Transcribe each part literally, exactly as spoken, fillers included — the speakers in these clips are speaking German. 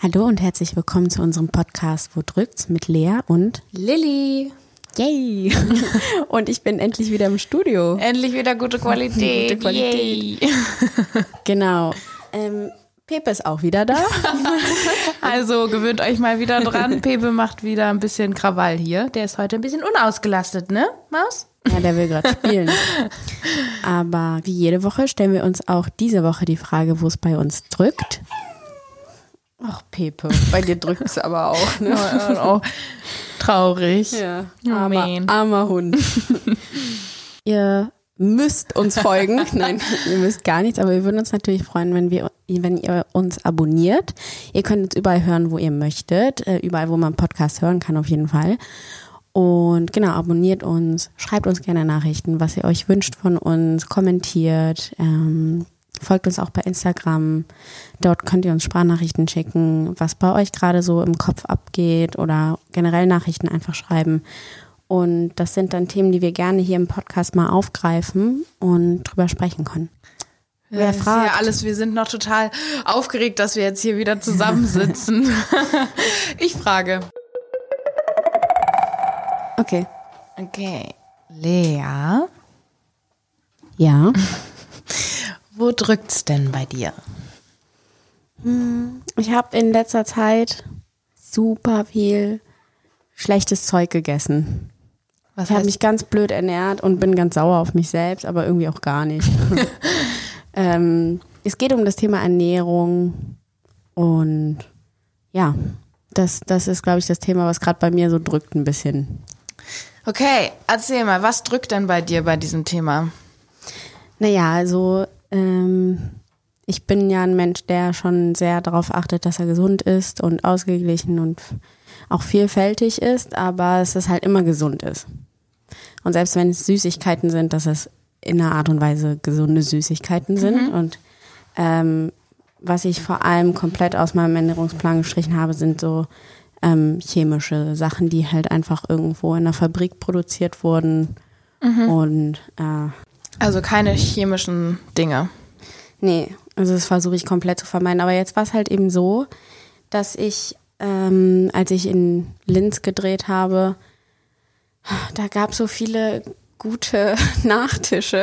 Hallo und herzlich willkommen zu unserem Podcast Wo drückt's mit Lea und Lilly. Yay! Und ich bin endlich wieder im Studio. Endlich wieder gute Qualität. Gute Qualität. Yay. Genau. Ähm, Pepe ist auch wieder da. Also gewöhnt euch mal wieder dran. Pepe macht wieder ein bisschen Krawall hier. Der ist heute ein bisschen unausgelastet, ne, Maus? Ja, der will gerade spielen. Aber wie jede Woche stellen wir uns auch diese Woche die Frage, wo es bei uns drückt. Ach, Pepe, bei dir drückt es aber auch, ne? Oh, traurig. Ja, Oh, armer, man. armer Hund. Ihr müsst uns folgen. Nein, ihr müsst gar nichts, aber wir würden uns natürlich freuen, wenn wir, wenn ihr uns abonniert. Ihr könnt uns überall hören, wo ihr möchtet. Überall, wo man Podcast hören kann, auf jeden Fall. Und genau, abonniert uns, schreibt uns gerne Nachrichten, was ihr euch wünscht von uns, kommentiert, ähm, folgt uns auch bei Instagram. Dort könnt ihr uns Sprachnachrichten schicken, was bei euch gerade so im Kopf abgeht oder generell Nachrichten einfach schreiben. Und das sind dann Themen, die wir gerne hier im Podcast mal aufgreifen und drüber sprechen können. Ja, Wer das ist fragt? ja alles, wir sind noch total aufgeregt, dass wir jetzt hier wieder zusammensitzen. Ich frage. Okay. Okay. Lea, Ja. wo drückt's denn bei dir? Ich habe in letzter Zeit super viel schlechtes Zeug gegessen. Was Ich habe heißt- mich ganz blöd ernährt und bin ganz sauer auf mich selbst, aber irgendwie auch gar nicht. ähm, es geht um das Thema Ernährung und ja, das, das ist, glaube ich, das Thema, was gerade bei mir so drückt ein bisschen. Okay, erzähl mal, was drückt denn bei dir bei diesem Thema? Naja, also ähm, ich bin ja ein Mensch, der schon sehr darauf achtet, dass er gesund ist und ausgeglichen und auch vielfältig ist, aber es ist halt immer gesund ist. Und selbst wenn es Süßigkeiten sind, dass es in einer Art und Weise gesunde Süßigkeiten sind. Und ähm, was ich vor allem komplett aus meinem Ernährungsplan gestrichen habe, sind so ähm, chemische Sachen, die halt einfach irgendwo in einer Fabrik produziert wurden. Und äh, Also keine chemischen Dinge. nee, also das versuche ich komplett zu vermeiden. Aber jetzt war es halt eben so, dass ich, ähm, als ich in Linz gedreht habe, da gab es so viele gute Nachtische.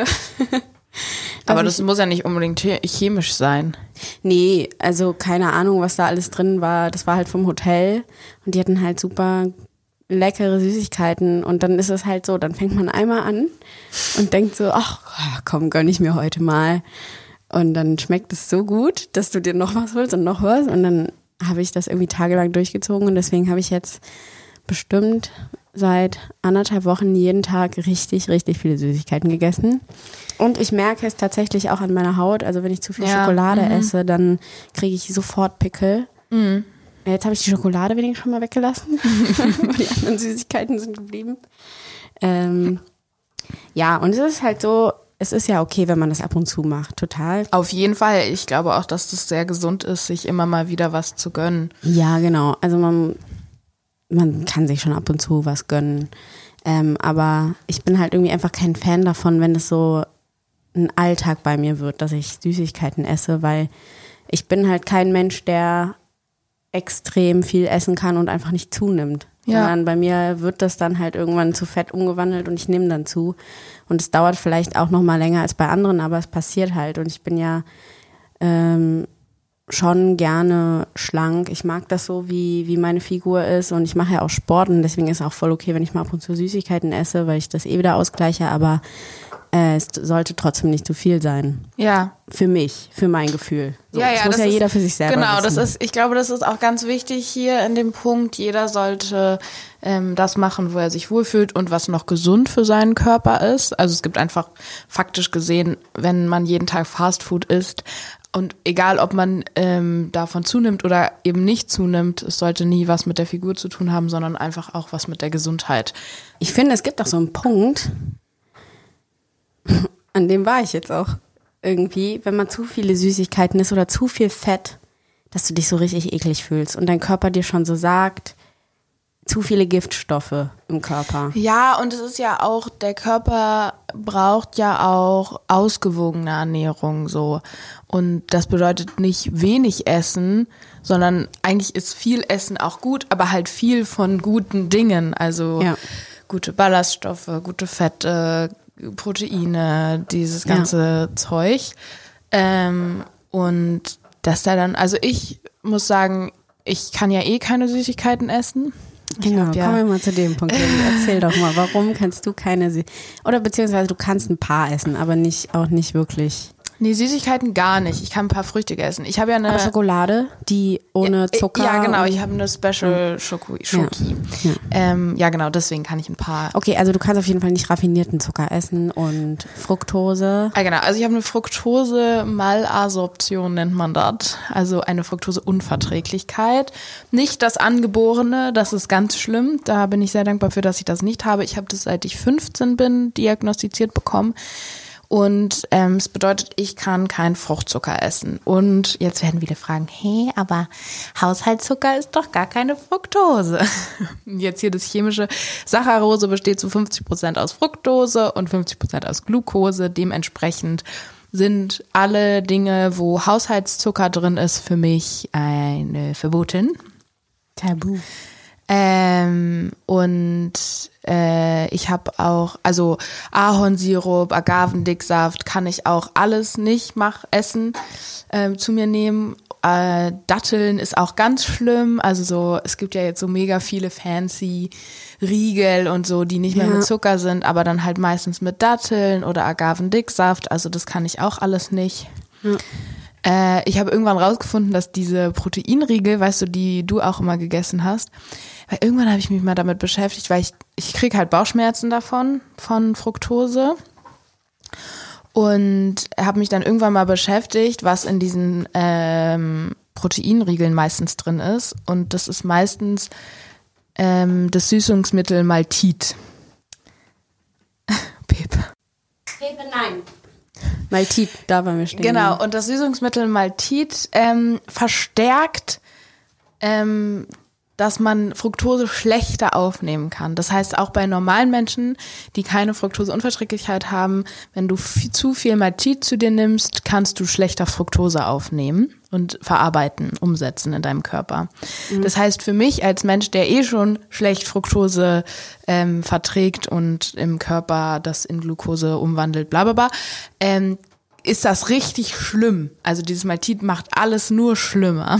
Aber Dass das muss ja nicht unbedingt che- chemisch sein. Nee, also keine Ahnung, was da alles drin war. Das war halt vom Hotel und die hatten halt super leckere Süßigkeiten und dann ist es halt so, dann fängt man einmal an und denkt so, ach komm, gönn ich mir heute mal. Und dann schmeckt es so gut, dass du dir noch was holst und noch was und dann habe ich das irgendwie tagelang durchgezogen und deswegen habe ich jetzt bestimmt seit anderthalb Wochen jeden Tag richtig, richtig viele Süßigkeiten gegessen. Und ich merke es tatsächlich auch an meiner Haut. Also wenn ich zu viel Ja, Schokolade mhm. esse, dann kriege ich sofort Pickel. Mhm. Ja, jetzt habe ich die Schokolade wenigstens schon mal weggelassen. Die anderen Süßigkeiten sind geblieben. Ähm, ja, und es ist halt so, es ist ja okay, wenn man das ab und zu macht. Total. Auf jeden Fall. Ich glaube auch, dass das sehr gesund ist, sich immer mal wieder was zu gönnen. Ja, genau. Also man, man kann sich schon ab und zu was gönnen. Ähm, aber ich bin halt irgendwie einfach kein Fan davon, wenn es so ein Alltag bei mir wird, dass ich Süßigkeiten esse, weil ich bin halt kein Mensch, der extrem viel essen kann und einfach nicht zunimmt. Ja. Sondern bei mir wird das dann halt irgendwann zu Fett umgewandelt und ich nehme dann zu. Und es dauert vielleicht auch noch mal länger als bei anderen, aber es passiert halt. Und ich bin ja ähm, schon gerne schlank. Ich mag das so, wie, wie meine Figur ist und ich mache ja auch Sport und deswegen ist es auch voll okay, wenn ich mal ab und zu Süßigkeiten esse, weil ich das eh wieder ausgleiche, aber äh, es sollte trotzdem nicht zu viel sein. Ja. Für mich, für mein Gefühl. So, Ja, ja, das muss das ja ist- jeder für sich selber Genau, wissen. das ist, ich glaube, das ist auch ganz wichtig hier in dem Punkt. Jeder sollte ähm, das machen, wo er sich wohlfühlt und was noch gesund für seinen Körper ist. Also es gibt einfach faktisch gesehen, wenn man jeden Tag Fastfood isst und egal, ob man ähm, davon zunimmt oder eben nicht zunimmt, es sollte nie was mit der Figur zu tun haben, sondern einfach auch was mit der Gesundheit. Ich finde, es gibt auch so einen Punkt, an dem war ich jetzt auch irgendwie, wenn man zu viele Süßigkeiten isst oder zu viel Fett, dass du dich so richtig eklig fühlst und dein Körper dir schon so sagt, zu viele Giftstoffe im Körper. Ja, und es ist ja auch, der Körper braucht ja auch ausgewogene Ernährung so. Und das bedeutet nicht wenig essen, sondern eigentlich ist viel Essen auch gut, aber halt viel von guten Dingen, also Ja. gute Ballaststoffe, gute Fette, Proteine, dieses ganze ja. Zeug. Ähm, und dass da dann, also ich muss sagen, ich kann ja eh keine Süßigkeiten essen. Genau, ja, kommen wir mal zu dem Punkt. Erzähl doch mal, warum kannst du keine Sü- oder beziehungsweise du kannst ein paar essen, aber nicht auch nicht wirklich. Nee, Süßigkeiten gar nicht. Ich kann ein paar Früchte essen. Ich habe ja eine aber Schokolade, die ohne Zucker. Ja, genau. Ich habe eine Special Schoki. Schoki. Ja. Ja. Ähm, ja, genau. Deswegen kann ich ein paar. Okay, also du kannst auf jeden Fall nicht raffinierten Zucker essen und Fructose. Ah, genau. Also ich habe eine Fructose-Malabsorption nennt man das. Also eine Fructose-Unverträglichkeit. Nicht das Angeborene. Das ist ganz schlimm. Da bin ich sehr dankbar für, dass ich das nicht habe. Ich habe das, seit ich fünfzehn bin, diagnostiziert bekommen. Und ähm, es bedeutet, ich kann keinen Fruchtzucker essen. Und jetzt werden viele fragen, hey, aber Haushaltszucker ist doch gar keine Fructose. Jetzt hier das chemische Saccharose besteht zu fünfzig Prozent aus Fructose und fünfzig Prozent aus Glucose. Dementsprechend sind alle Dinge, wo Haushaltszucker drin ist, für mich eine verboten. Tabu. Ähm, und äh, ich habe auch, also Ahornsirup, Agavendicksaft kann ich auch alles nicht mach, essen, ähm, zu mir nehmen. Äh, Datteln ist auch ganz schlimm, also so, es gibt ja jetzt so mega viele fancy Riegel und so, die nicht mehr ja. mit Zucker sind, aber dann halt meistens mit Datteln oder Agavendicksaft, also das kann ich auch alles nicht. Ja. Äh, ich habe irgendwann rausgefunden, dass diese Proteinriegel, weißt du, die du auch immer gegessen hast, weil irgendwann habe ich mich mal damit beschäftigt, weil ich, ich kriege halt Bauchschmerzen davon, von Fructose. Und habe mich dann irgendwann mal beschäftigt, was in diesen ähm, Proteinriegeln meistens drin ist. Und das ist meistens ähm, das Süßungsmittel Maltit. Pepe. Pepe, nein. Maltit, da waren wir stehen. Genau, und das Süßungsmittel Maltit ähm, verstärkt ähm, dass man Fructose schlechter aufnehmen kann. Das heißt, auch bei normalen Menschen, die keine Fructoseunverträglichkeit haben, wenn du viel, zu viel Maltit zu dir nimmst, kannst du schlechter Fructose aufnehmen und verarbeiten, umsetzen in deinem Körper. Mhm. Das heißt, für mich als Mensch, der eh schon schlecht Fructose ähm, verträgt und im Körper das in Glucose umwandelt, bla bla bla, ähm, ist das richtig schlimm. Also dieses Maltit macht alles nur schlimmer.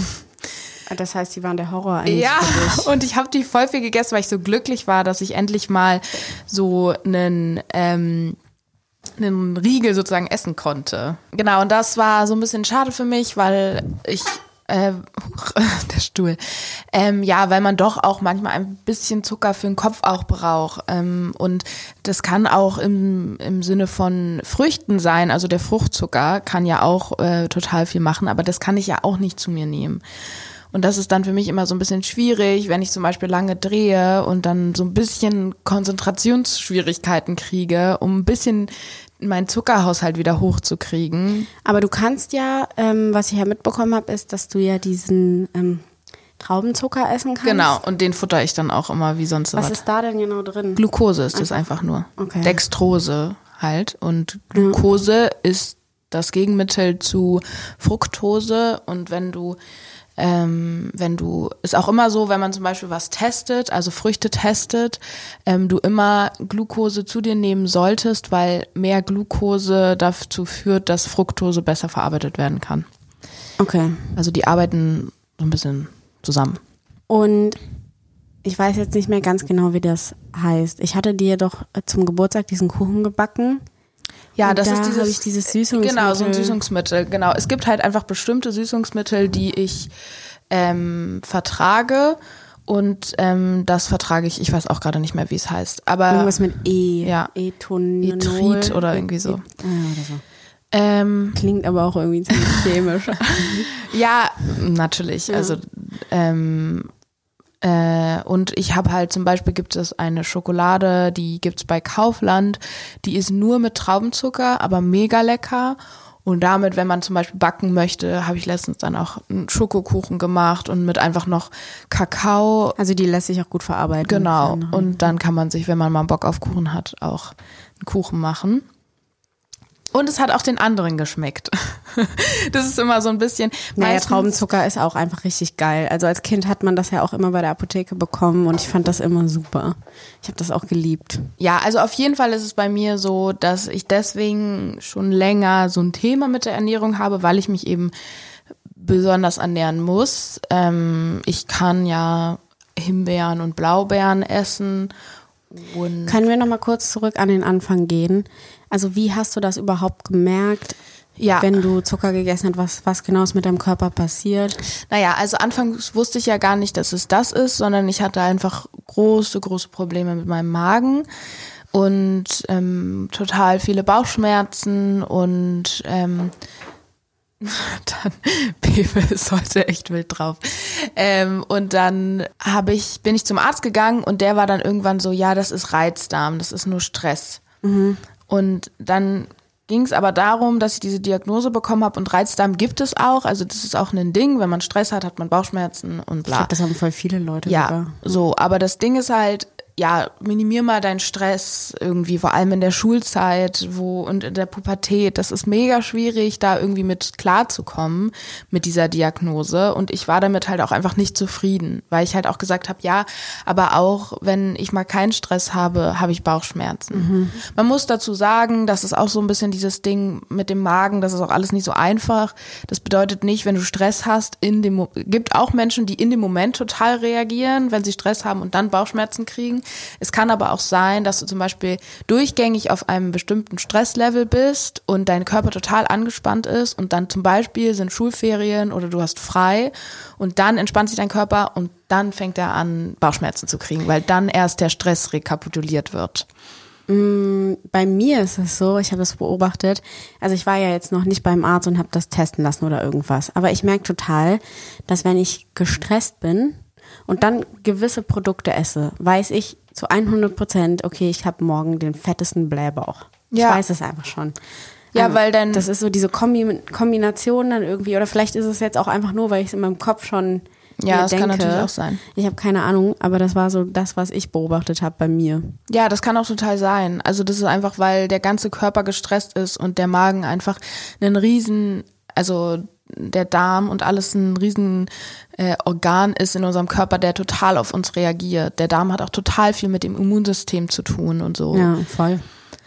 Das heißt, die waren der Horror eigentlich. Ja, für dich. Und ich habe die voll viel gegessen, weil ich so glücklich war, dass ich endlich mal so einen, ähm, einen Riegel sozusagen essen konnte. Genau, und das war so ein bisschen schade für mich, weil ich, äh, der Stuhl, ähm, ja, weil man doch auch manchmal ein bisschen Zucker für den Kopf auch braucht. Ähm, und das kann auch im, im Sinne von Früchten sein, also der Fruchtzucker kann ja auch äh, total viel machen, aber das kann ich ja auch nicht zu mir nehmen. Und das ist dann für mich immer so ein bisschen schwierig, wenn ich zum Beispiel lange drehe und dann so ein bisschen Konzentrationsschwierigkeiten kriege, um ein bisschen meinen Zuckerhaushalt wieder hochzukriegen. Aber du kannst ja, ähm, was ich ja mitbekommen habe, ist, dass du ja diesen ähm, Traubenzucker essen kannst. Genau, und den futter ich dann auch immer wie sonst was. Was ist da denn genau drin? Glucose ist das einfach nur. Okay. Dextrose halt. Und Glucose ja. ist das Gegenmittel zu Fructose. Und wenn du Ähm, wenn du, ist auch immer so, wenn man zum Beispiel was testet, also Früchte testet, ähm, du immer Glucose zu dir nehmen solltest, weil mehr Glucose dazu führt, dass Fructose besser verarbeitet werden kann. Okay. Also die arbeiten so ein bisschen zusammen. Und ich weiß jetzt nicht mehr ganz genau, wie das heißt. Ich hatte dir doch zum Geburtstag diesen Kuchen gebacken. Ja, und das da ist dieses, ich dieses Süßungsmittel. Genau, so ein Süßungsmittel. Genau, es gibt halt einfach bestimmte Süßungsmittel, die ich ähm, vertrage und ähm, das vertrage ich. Ich weiß auch gerade nicht mehr, wie es heißt. Aber irgendwas mit E, ja, Ethanol, Etrit oder irgendwie so. E- ja, oder so. Ähm, Klingt aber auch irgendwie ziemlich chemisch. Ja, natürlich. Ja. Also ähm, Äh, und ich habe halt zum Beispiel, gibt es eine Schokolade, die gibt's bei Kaufland, die ist nur mit Traubenzucker, aber mega lecker. Und damit, wenn man zum Beispiel backen möchte, habe ich letztens dann auch einen Schokokuchen gemacht und mit einfach noch Kakao. Also die lässt sich auch gut verarbeiten. Genau. Und dann kann man sich, wenn man mal Bock auf Kuchen hat, auch einen Kuchen machen. Und es hat auch den anderen geschmeckt. Das ist immer so ein bisschen... Naja, Traubenzucker ist auch einfach richtig geil. Also als Kind hat man das ja auch immer bei der Apotheke bekommen und ich fand das immer super. Ich habe das auch geliebt. Ja, also auf jeden Fall ist es bei mir so, dass ich deswegen schon länger so ein Thema mit der Ernährung habe, weil ich mich eben besonders ernähren muss. Ähm, ich kann ja Himbeeren und Blaubeeren essen. Und Können wir noch mal kurz zurück an den Anfang gehen? Also wie hast du das überhaupt gemerkt, ja. wenn du Zucker gegessen hast, was, was genau ist mit deinem Körper passiert? Naja, also anfangs wusste ich ja gar nicht, dass es das ist, sondern ich hatte einfach große, große Probleme mit meinem Magen und ähm, total viele Bauchschmerzen und ähm, dann Pepe ist heute echt wild drauf. Ähm, und dann habe ich, bin ich zum Arzt gegangen und der war dann irgendwann so, ja, das ist Reizdarm, das ist nur Stress. Mhm. Und dann ging es aber darum, dass ich diese Diagnose bekommen habe und Reizdarm gibt es auch, also das ist auch ein Ding, wenn man Stress hat, hat man Bauchschmerzen und bla. Ich glaube, das haben voll viele Leute ja, sogar. So, aber das Ding ist halt, ja, minimier mal deinen Stress irgendwie, vor allem in der Schulzeit wo und in der Pubertät. Das ist mega schwierig, da irgendwie mit klarzukommen mit dieser Diagnose. Und ich war damit halt auch einfach nicht zufrieden, weil ich halt auch gesagt habe, ja, aber auch wenn ich mal keinen Stress habe, habe ich Bauchschmerzen. Mhm. Man muss dazu sagen, das ist auch so ein bisschen dieses Ding mit dem Magen, das ist auch alles nicht so einfach. Das bedeutet nicht, wenn du Stress hast, in dem Mo- gibt auch Menschen, die in dem Moment total reagieren, wenn sie Stress haben und dann Bauchschmerzen kriegen. Es kann aber auch sein, dass du zum Beispiel durchgängig auf einem bestimmten Stresslevel bist und dein Körper total angespannt ist und dann zum Beispiel sind Schulferien oder du hast frei und dann entspannt sich dein Körper und dann fängt er an, Bauchschmerzen zu kriegen, weil dann erst der Stress rekapituliert wird. Bei mir ist es so, ich habe das beobachtet, also ich war ja jetzt noch nicht beim Arzt und habe das testen lassen oder irgendwas, aber ich merke total, dass wenn ich gestresst bin und dann gewisse Produkte esse, weiß ich zu hundert Prozent, okay, ich habe morgen den fettesten Blähbauch. Ja. Ich weiß es einfach schon. Ja, ähm, weil dann... Das ist so diese Kombi- Kombination dann irgendwie, oder vielleicht ist es jetzt auch einfach nur, weil ich es in meinem Kopf schon Ja, das denke. kann natürlich auch sein. Ich habe keine Ahnung, aber das war so das, was ich beobachtet habe bei mir. Ja, das kann auch total sein. Also das ist einfach, weil der ganze Körper gestresst ist und der Magen einfach einen riesen, also der Darm und alles ein riesen äh, Organ ist in unserem Körper, der total auf uns reagiert. Der Darm hat auch total viel mit dem Immunsystem zu tun und so. Ja, voll.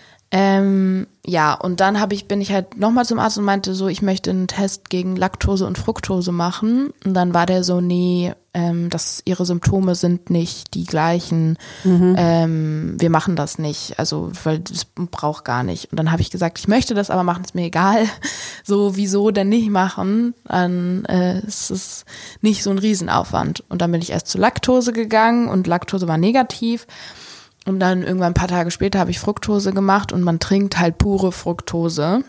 Ähm, ja, und dann hab ich, bin ich halt nochmal zum Arzt und meinte so, ich möchte einen Test gegen Laktose und Fructose machen. Und dann war der so, nee, ähm, das, ihre Symptome sind nicht die gleichen. Mhm. Ähm, wir machen das nicht, also weil das braucht gar nicht. Und dann habe ich gesagt, ich möchte das, aber machen, ist mir egal. So, wieso denn nicht machen? Dann äh, ist es nicht so ein Riesenaufwand. Und dann bin ich erst zu Laktose gegangen und Laktose war negativ. Und dann irgendwann ein paar Tage später habe ich Fructose gemacht und man trinkt halt pure Fructose.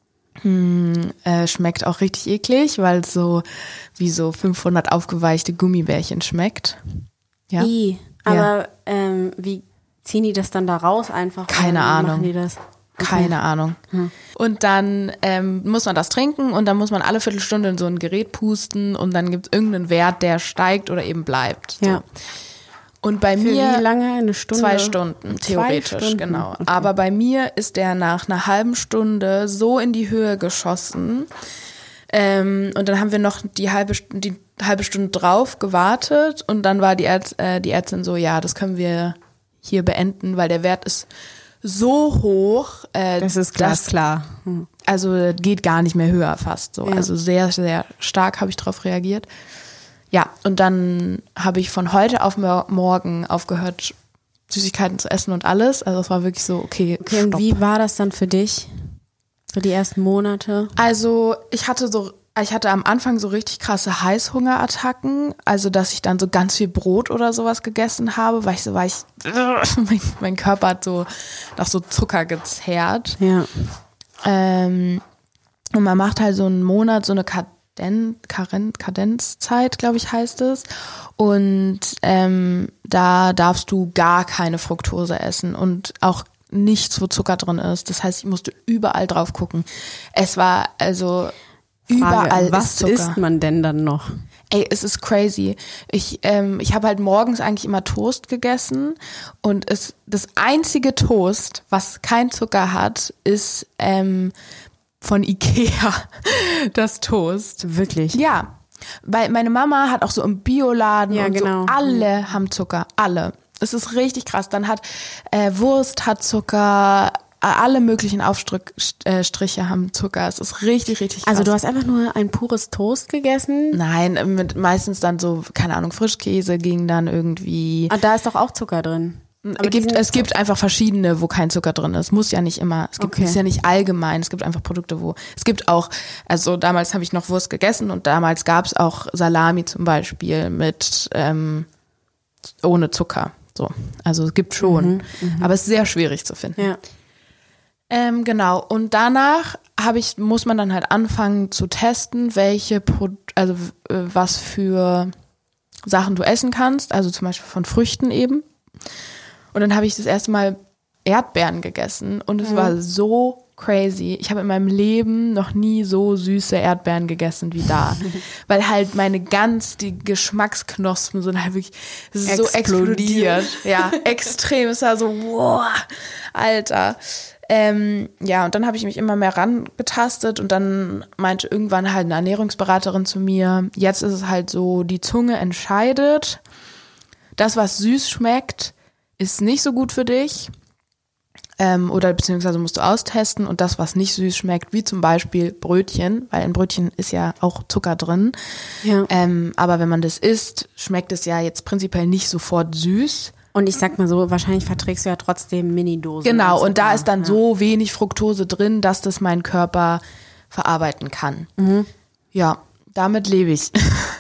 Hm, äh, schmeckt auch richtig eklig, weil es so wie so fünfhundert aufgeweichte Gummibärchen schmeckt. Ja. I, aber ja. ähm, wie ziehen die das dann da raus einfach? Keine oder Ahnung. Machen die das? Okay. Keine Ahnung. Hm. Und dann ähm, muss man das trinken und dann muss man alle Viertelstunde in so ein Gerät pusten und dann gibt es irgendeinen Wert, der steigt oder eben bleibt. So. Ja. Und bei Für mir wie lange? Eine Stunde? Zwei Stunden, theoretisch, Zwei Stunden. genau. Okay. Aber bei mir ist der nach einer halben Stunde so in die Höhe geschossen. Ähm, und dann haben wir noch die halbe, die halbe Stunde drauf gewartet und dann war die, Ärz, äh, die Ärztin so, ja, das können wir hier beenden, weil der Wert ist so hoch. Äh, das ist glasklar. Hm. Also geht gar nicht mehr höher fast so. Ja. Also sehr, sehr stark habe ich darauf reagiert. Ja, und dann habe ich von heute auf morgen aufgehört, Süßigkeiten zu essen und alles. Also es war wirklich so, okay, Okay, stopp. Und wie war das dann für dich? So die ersten Monate? Also ich hatte so, ich hatte am Anfang so richtig krasse Heißhungerattacken. Also dass ich dann so ganz viel Brot oder sowas gegessen habe, weil ich so, weil ich, mein, mein Körper hat so nach so Zucker gezerrt. Ja. Ähm, und man macht halt so einen Monat so eine Kadenz. Kadenzzeit, glaube ich, heißt es. Und ähm, da darfst du gar keine Fructose essen und auch nichts, wo Zucker drin ist. Das heißt, ich musste überall drauf gucken. Es war also Frage, überall was ist Zucker. isst man denn dann noch? Ey, es ist crazy. Ich, ähm, ich habe halt morgens eigentlich immer Toast gegessen und es, das einzige Toast, was kein Zucker hat, ist ähm, von Ikea, das Toast. Wirklich? Ja, weil meine Mama hat auch so im Bioladen Ja, und genau. so, alle haben Zucker, alle. Es ist richtig krass. Dann hat äh, Wurst hat Zucker, alle möglichen Aufstriche haben Zucker. Es ist richtig, richtig krass. Also du hast einfach nur ein pures Toast gegessen? Nein, mit meistens dann so, keine Ahnung, Frischkäse ging dann irgendwie. Und da ist doch auch Zucker drin. Aber gibt, es gibt einfach verschiedene, wo kein Zucker drin ist. Muss ja nicht immer. Es gibt Okay. es ist ja nicht allgemein. Es gibt einfach Produkte, wo es gibt auch. Also damals habe ich noch Wurst gegessen und damals gab es auch Salami zum Beispiel mit ähm, ohne Zucker. So, also es gibt schon, Mhm, mhm. aber es ist sehr schwierig zu finden. Ja. Ähm, genau. Und danach habe ich muss man dann halt anfangen zu testen, welche Pro- also äh, was für Sachen du essen kannst. Also zum Beispiel von Früchten eben. Und dann habe ich das erste Mal Erdbeeren gegessen und es Mhm. war so crazy. Ich habe in meinem Leben noch nie so süße Erdbeeren gegessen wie da. Weil halt meine ganz, die Geschmacksknospen sind halt wirklich, es ist so Explodiert. explodiert. Ja, extrem. Es war so, wow, Alter. Ähm, ja, und dann habe ich mich immer mehr rangetastet und dann meinte irgendwann halt eine Ernährungsberaterin zu mir, jetzt ist es halt so, die Zunge entscheidet, das, was süß schmeckt, ist nicht so gut für dich. Ähm, oder beziehungsweise musst du austesten und das, was nicht süß schmeckt, wie zum Beispiel Brötchen, weil in Brötchen ist ja auch Zucker drin. Ja. Ähm, aber wenn man das isst, schmeckt es ja jetzt prinzipiell nicht sofort süß. Und ich sag mal so, wahrscheinlich verträgst du ja trotzdem Mini-Dosen. Genau, an und da Zucker. ist dann Ja. so wenig Fructose drin, dass das mein Körper verarbeiten kann. Mhm. Ja, damit lebe ich.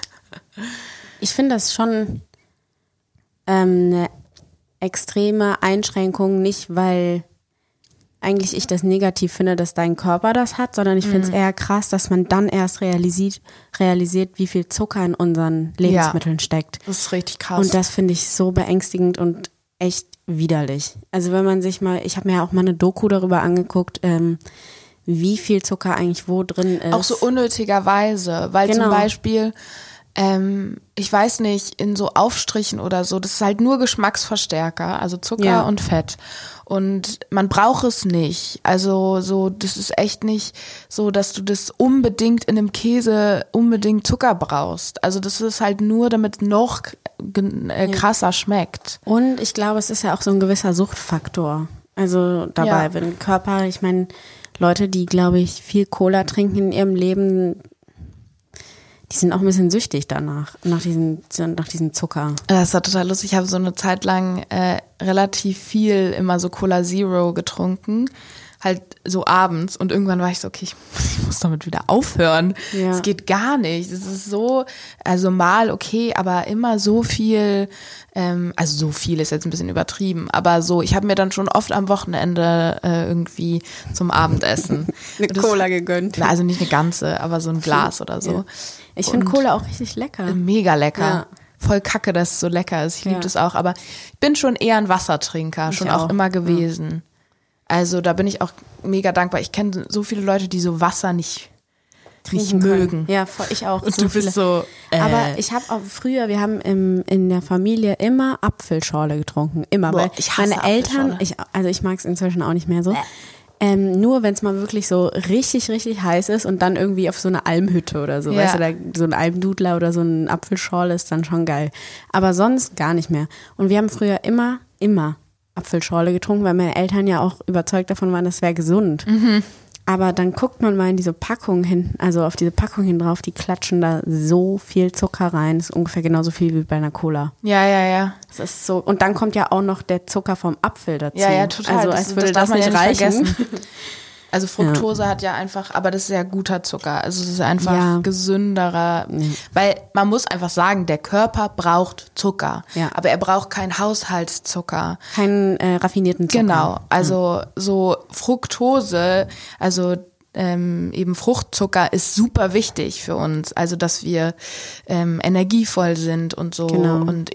Ich finde das schon ähm, eine extreme Einschränkung, nicht weil eigentlich ich das negativ finde, dass dein Körper das hat, sondern ich finde es eher krass, dass man dann erst realisiert, realisiert, wie viel Zucker in unseren Lebensmitteln steckt. Das ist richtig krass. Und das finde ich so beängstigend und echt widerlich. Also wenn man sich mal, ich habe mir ja auch mal eine Doku darüber angeguckt, ähm, wie viel Zucker eigentlich wo drin ist. Auch so unnötigerweise, weil Genau. zum Beispiel, ähm, ich weiß nicht, in so Aufstrichen oder so, das ist halt nur Geschmacksverstärker, also Zucker Ja. und Fett. Und man braucht es nicht. Also so, das ist echt nicht so, dass du das unbedingt in einem Käse unbedingt Zucker brauchst. Also das ist halt nur, damit noch g- äh, krasser schmeckt. Und ich glaube, es ist ja auch so ein gewisser Suchtfaktor. Also dabei, Ja. wenn Körper, ich meine, Leute, die, glaube ich, viel Cola trinken in ihrem Leben, die sind auch ein bisschen süchtig danach, nach diesem, nach diesem Zucker. Das war total lustig. Ich habe so eine Zeit lang äh, relativ viel immer so Cola Zero getrunken, halt so abends. Und irgendwann war ich so, okay, ich, ich muss damit wieder aufhören. Ja. Es geht gar nicht. Es ist so, also mal okay, aber immer so viel, ähm, also so viel ist jetzt ein bisschen übertrieben, aber so, ich habe mir dann schon oft am Wochenende äh, irgendwie zum Abendessen Eine Das- Cola gegönnt. Na, also nicht eine ganze, aber so ein Glas oder so. Ja. Ich finde Und- Cola auch richtig lecker. Mega lecker. Ja. Voll kacke, dass es so lecker ist. Ich liebe Ja. das auch. Aber ich bin schon eher ein Wassertrinker, Ich schon auch, auch, immer ja. gewesen. Also da bin ich auch mega dankbar. Ich kenne so viele Leute, die so Wasser nicht, nicht Trinken können. mögen. Ja, voll, ich auch. Und du bist viele. so, äh, Aber ich habe auch früher, wir haben im, in der Familie immer Apfelschorle getrunken. Immer. Boah, weil ich hasse meine Eltern, Apfelschorle. ich, also ich mag es inzwischen auch nicht mehr so. Ähm, nur wenn es mal wirklich so richtig, richtig heiß ist und dann irgendwie auf so eine Almhütte oder so, Ja. weißt du, da, so ein Almdudler oder so ein Apfelschorle ist dann schon geil. Aber sonst gar nicht mehr. Und wir haben früher immer, immer Apfelschorle getrunken, weil meine Eltern ja auch überzeugt davon waren, das wäre gesund. Mhm. Aber dann guckt man mal in diese Packung hin, also auf diese Packung hin drauf, die klatschen da so viel Zucker rein. Das ist ungefähr genauso viel wie bei einer Cola. ja, ja, ja. Das ist so. Und dann kommt ja auch noch der Zucker vom Apfel dazu. Ja, ja, total. Also Das- als würde das darf das, man nicht ja nicht reichen. vergessen. Also Fructose hat ja einfach, aber das ist ja guter Zucker. Also es ist einfach Ja. gesünderer, Ja. weil man muss einfach sagen, der Körper braucht Zucker, Ja. aber er braucht keinen Haushaltszucker. Keinen äh, raffinierten Zucker. Genau, also so Fructose, also ähm, eben Fruchtzucker ist super wichtig für uns, also dass wir ähm, energievoll sind und so. Genau. Und ich habe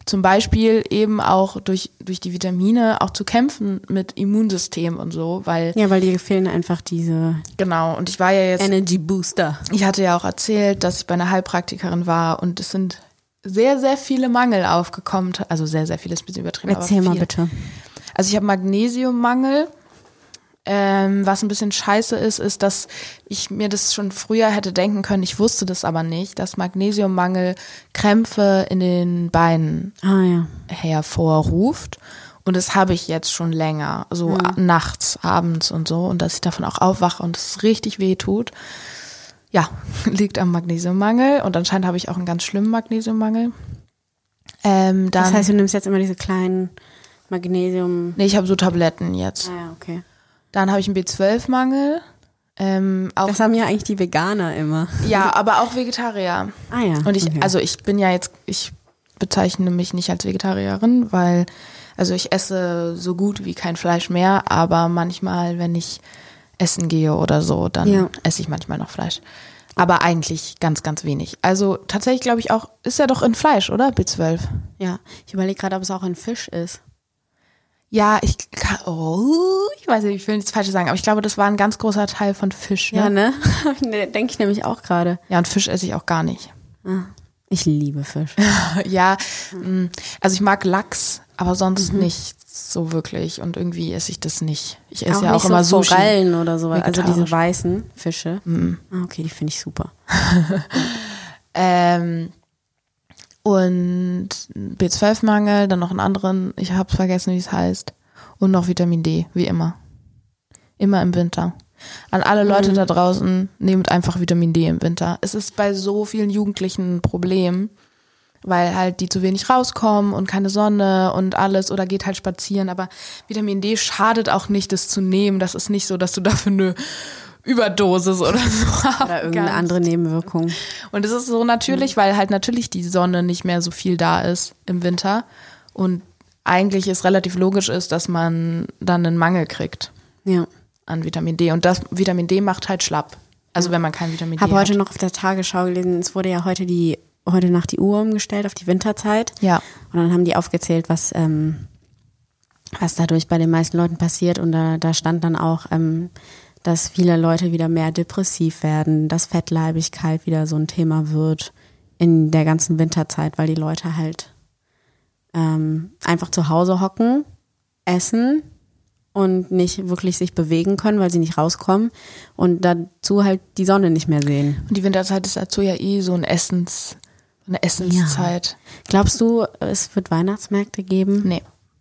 zum Beispiel eben auch durch, durch die Vitamine auch zu kämpfen mit Immunsystem und so, weil. Ja, weil dir fehlen einfach diese. Genau, und ich war ja jetzt. Energy Booster. Ich hatte ja auch erzählt, dass ich bei einer Heilpraktikerin war und es sind sehr, sehr viele Mangel aufgekommen. Also sehr, sehr viele ist ein bisschen übertrieben. Erzähl aber mal viel. bitte. Also ich habe Magnesiummangel. Ähm, was ein bisschen scheiße ist, ist, dass ich mir das schon früher hätte denken können, ich wusste das aber nicht, dass Magnesiummangel Krämpfe in den Beinen Ah ja. hervorruft. Und das habe ich jetzt schon länger, so Mhm. a- nachts, abends und so. Und dass ich davon auch aufwache und es richtig weh tut. Ja, liegt am Magnesiummangel. Und anscheinend habe ich auch einen ganz schlimmen Magnesiummangel. Ähm, dann, Das heißt, du nimmst jetzt immer diese kleinen Magnesium. nee, ich habe so Tabletten jetzt. Ah ja, okay. Dann habe ich einen B zwölf Mangel. Ähm, auch, Das haben ja eigentlich die Veganer immer. ja, aber auch Vegetarier. Ah ja. Und ich, okay. also ich bin ja jetzt, ich bezeichne mich nicht als Vegetarierin, weil, also ich esse so gut wie kein Fleisch mehr, aber manchmal, wenn ich essen gehe oder so, dann Ja. esse ich manchmal noch Fleisch. Aber eigentlich ganz, ganz wenig. Also tatsächlich glaube ich auch, ist ja doch in Fleisch, oder? B zwölf. Ja, ich überlege gerade, ob es auch ein Fisch ist. Ja, ich kann, oh, ich weiß nicht, ich will nichts Falsches sagen, aber ich glaube, das war ein ganz großer Teil von Fisch. Ne? Ja, ne? Denke ich nämlich auch gerade. Ja, und Fisch esse ich auch gar nicht. Ah, ich liebe Fisch. Ja, mh, also ich mag Lachs, aber sonst Mhm. nicht so wirklich. Und irgendwie esse ich das nicht. Ich esse Auch ja nicht auch immer so Sushi. Forellen oder so, also diese Vegetarisch. weißen Fische. Mhm. Ah, okay, die finde ich super. Ähm, und B zwölf Mangel, dann noch einen anderen, ich habe vergessen, wie es heißt. Und noch Vitamin D, wie immer. Immer im Winter. An alle Leute Mhm. da draußen, nehmt einfach Vitamin D im Winter. Es ist bei so vielen Jugendlichen ein Problem, weil halt die zu wenig rauskommen und keine Sonne und alles oder geht halt spazieren. Aber Vitamin D schadet auch nicht, das zu nehmen. Das ist nicht so, dass du dafür eine Überdosis oder so haben Oder irgendeine kannst. andere Nebenwirkung. Und es ist so natürlich, weil halt natürlich die Sonne nicht mehr so viel da ist im Winter und eigentlich es relativ logisch ist, dass man dann einen Mangel kriegt Ja. an Vitamin D. Und das Vitamin D macht halt schlapp. Also wenn man kein Vitamin Ich habe D heute hat. noch auf der Tagesschau gelesen, es wurde ja heute die heute Nacht die Uhr umgestellt auf die Winterzeit. Ja. Und dann haben die aufgezählt, was, ähm, was dadurch bei den meisten Leuten passiert. Und da, da stand dann auch, ähm, dass viele Leute wieder mehr depressiv werden, dass Fettleibigkeit wieder so ein Thema wird in der ganzen Winterzeit, weil die Leute halt ähm, einfach zu Hause hocken, essen und nicht wirklich sich bewegen können, weil sie nicht rauskommen und dazu halt die Sonne nicht mehr sehen. Und die Winterzeit ist dazu ja eh so ein Essens, eine Essenszeit. Glaubst du, es wird Weihnachtsmärkte geben? Nee.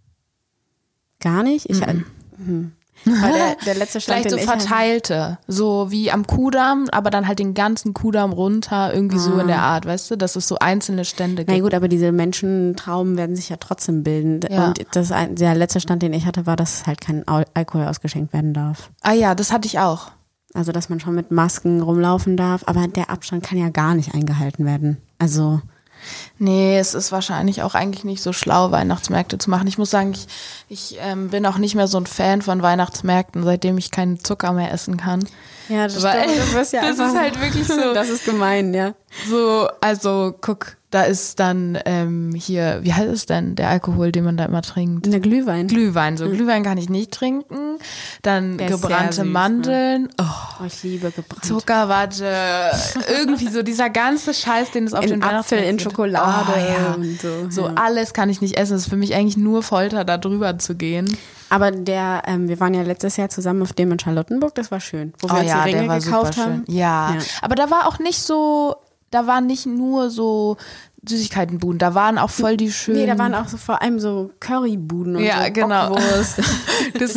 Gar nicht? Ich, Mhm. hm. Weil der, der letzte Stand, Vielleicht so den ich hatte- verteilte, so wie am Kudamm, aber dann halt den ganzen Kudamm runter, irgendwie so in der Art, weißt du, dass es so einzelne Stände Na gibt. gut, aber diese Menschentrauben werden sich ja trotzdem bilden. Ja. Und das, ein- der letzte Stand, den ich hatte, war, dass halt kein Al- Alkohol ausgeschenkt werden darf. Ah ja, das hatte ich auch. Also, dass man schon mit Masken rumlaufen darf, aber der Abstand kann ja gar nicht eingehalten werden. Also, Nee, es ist wahrscheinlich auch eigentlich nicht so schlau, Weihnachtsmärkte zu machen. Ich muss sagen, ich, ich ähm, bin auch nicht mehr so ein Fan von Weihnachtsmärkten, seitdem ich keinen Zucker mehr essen kann. ja, das Weil- stimmt. Du wirst ja das einfach, ist halt wirklich so. Das ist gemein, ja. So, also guck, da ist dann ähm, hier, wie heißt es denn, der Alkohol, den man da immer trinkt? Der Glühwein. Glühwein, so Glühwein kann ich nicht trinken. Dann Der ist sehr gebrannte süß, ne? Mandeln. Oh, Oh, ich liebe gebrannt. Zuckerwatte, irgendwie so dieser ganze Scheiß, den es auf In den Apfel, Weihnachtsmärkten in gibt. Schokolade Oh, ja. und so. So ja. alles kann ich nicht essen. Es ist für mich eigentlich nur Folter, da drüber zu gehen. Aber der, ähm, wir waren ja letztes Jahr zusammen auf dem in Charlottenburg, das war schön. Wo wir Oh uns ja, die Ringe der war gekauft super haben. schön. Ja. Ja. Aber da war auch nicht so, da waren nicht nur so Süßigkeitenbuden, da waren auch voll die schönen. Nee, da waren auch so vor allem so Currybuden und Ja, so genau. Bockwurst. Das,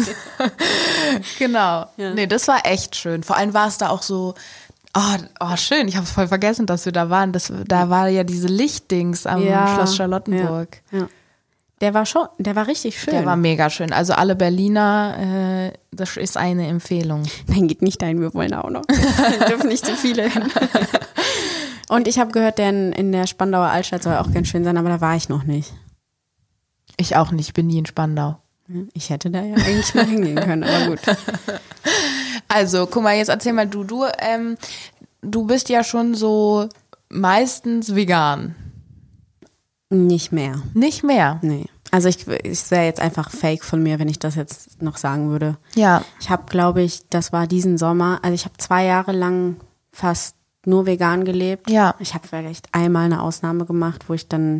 genau. Ja. Nee, das war echt schön. Vor allem war es da auch so, oh, oh schön, ich habe voll vergessen, dass wir da waren. Das, da war ja diese Lichtdings am Ja, Schloss Charlottenburg. Ja, ja. Der war schon, der war richtig schön. Der war mega schön. Also alle Berliner, äh, das ist eine Empfehlung. Nein, geht nicht dahin, wir wollen auch noch. Wir dürfen nicht zu viele hin. Und ich habe gehört, der in, in der Spandauer Altstadt soll auch ganz schön sein, aber da war ich noch nicht. Ich auch nicht, bin nie in Spandau. Ich hätte da ja eigentlich mal hingehen können, aber gut. Also, guck mal, jetzt erzähl mal du, du, ähm, du bist ja schon so meistens vegan. Nicht mehr. Nicht mehr? Nee. Also ich, es wäre jetzt einfach fake von mir, wenn ich das jetzt noch sagen würde. Ja. Ich habe, glaube ich, das war diesen Sommer, also ich habe zwei Jahre lang fast nur vegan gelebt. Ja. Ich habe vielleicht einmal eine Ausnahme gemacht, wo ich dann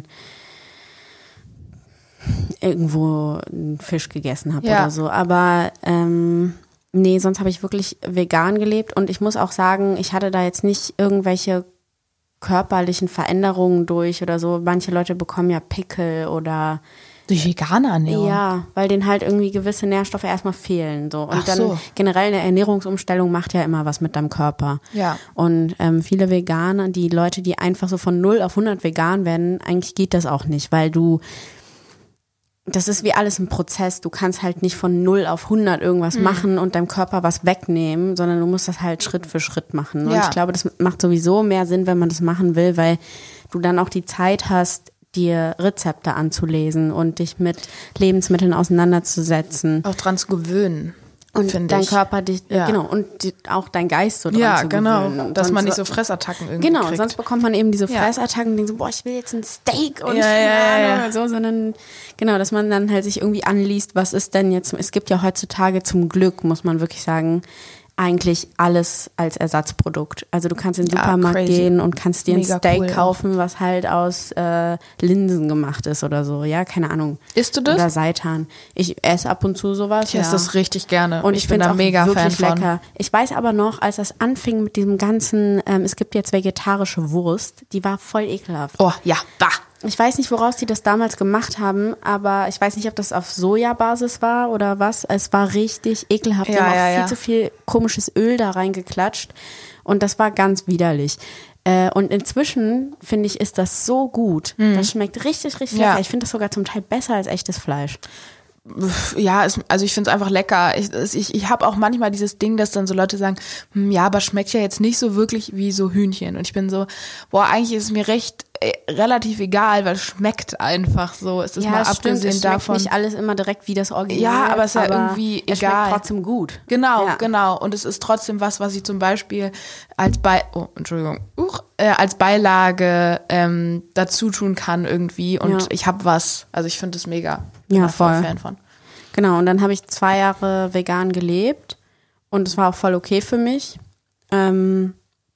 irgendwo einen Fisch gegessen habe Ja. oder so. Aber ähm, nee, sonst habe ich wirklich vegan gelebt. Und ich muss auch sagen, ich hatte da jetzt nicht irgendwelche körperlichen Veränderungen durch oder so. Manche Leute bekommen ja Pickel oder Durch vegane Ernährung? ja, weil denen halt irgendwie gewisse Nährstoffe erstmal fehlen. So. Und Ach dann so. generell eine Ernährungsumstellung macht ja immer was mit deinem Körper. Ja. Und ähm, viele Veganer, die Leute, die einfach so von null auf hundert vegan werden, eigentlich geht das auch nicht, weil du, das ist wie alles ein Prozess. Du kannst halt nicht von null auf hundert irgendwas Mhm. machen und deinem Körper was wegnehmen, sondern du musst das halt Schritt für Schritt machen. Und Ja. ich glaube, das macht sowieso mehr Sinn, wenn man das machen will, weil du dann auch die Zeit hast, dir Rezepte anzulesen und dich mit Lebensmitteln auseinanderzusetzen. Auch dran zu gewöhnen, Und finde dein ich. Körper dich, Ja. genau, und die, auch dein Geist so dran Ja, zu genau. gewöhnen. Dass Sonst man nicht so- so Fressattacken irgendwie Genau, kriegt. sonst bekommt man eben diese Ja. Fressattacken und denkt so, boah, ich will jetzt ein Steak und Ja, ja, ja, keine Ahnung ja. oder so, sondern genau, dass man dann halt sich irgendwie anliest, was ist denn jetzt, es gibt ja heutzutage zum Glück, muss man wirklich sagen, eigentlich alles als Ersatzprodukt. Also du kannst in den Ja, Supermarkt crazy. gehen und kannst dir ein Mega Steak cool. kaufen, was halt aus äh, Linsen gemacht ist oder so, ja, keine Ahnung. Isst du das? Oder Seitan. Ich esse ab und zu sowas, Ich ja. esse das richtig gerne. Und ich, ich bin finde da auch mega Fan wirklich von. lecker. Ich weiß aber noch, als das anfing mit diesem ganzen, ähm, es gibt jetzt vegetarische Wurst, die war voll ekelhaft. Oh, ja, da. Ich weiß nicht, woraus die das damals gemacht haben, aber ich weiß nicht, ob das auf Sojabasis war oder was. Es war richtig ekelhaft. Die Ja, haben auch ja, viel ja. zu viel komisches Öl da reingeklatscht und das war ganz widerlich. Äh, und inzwischen, finde ich, ist das so gut. Das schmeckt richtig, richtig Ja. lecker. Ich finde das sogar zum Teil besser als echtes Fleisch. Ja, es, also ich finde es einfach lecker. Ich, es- ich, ich habe auch manchmal dieses Ding, dass dann so Leute sagen, hm, ja, aber schmeckt ja jetzt nicht so wirklich wie so Hühnchen. Und ich bin so, boah, eigentlich ist es mir recht äh, relativ egal, weil es schmeckt einfach so. Es ist mal abgesehen es schmeckt davon. nicht alles immer direkt wie das Original. Ja, aber es ist ja irgendwie es egal. schmeckt trotzdem gut. Genau, Ja. genau. Und es ist trotzdem was, was ich zum Beispiel als Bei oh, Entschuldigung, Uch, äh, als Beilage ähm, dazu tun kann irgendwie. Und Ja. ich habe was. Also ich finde es mega. Bin Ja, da voll voll. Fan von. Genau, und dann habe ich zwei Jahre vegan gelebt und es war auch voll okay für mich. Ähm,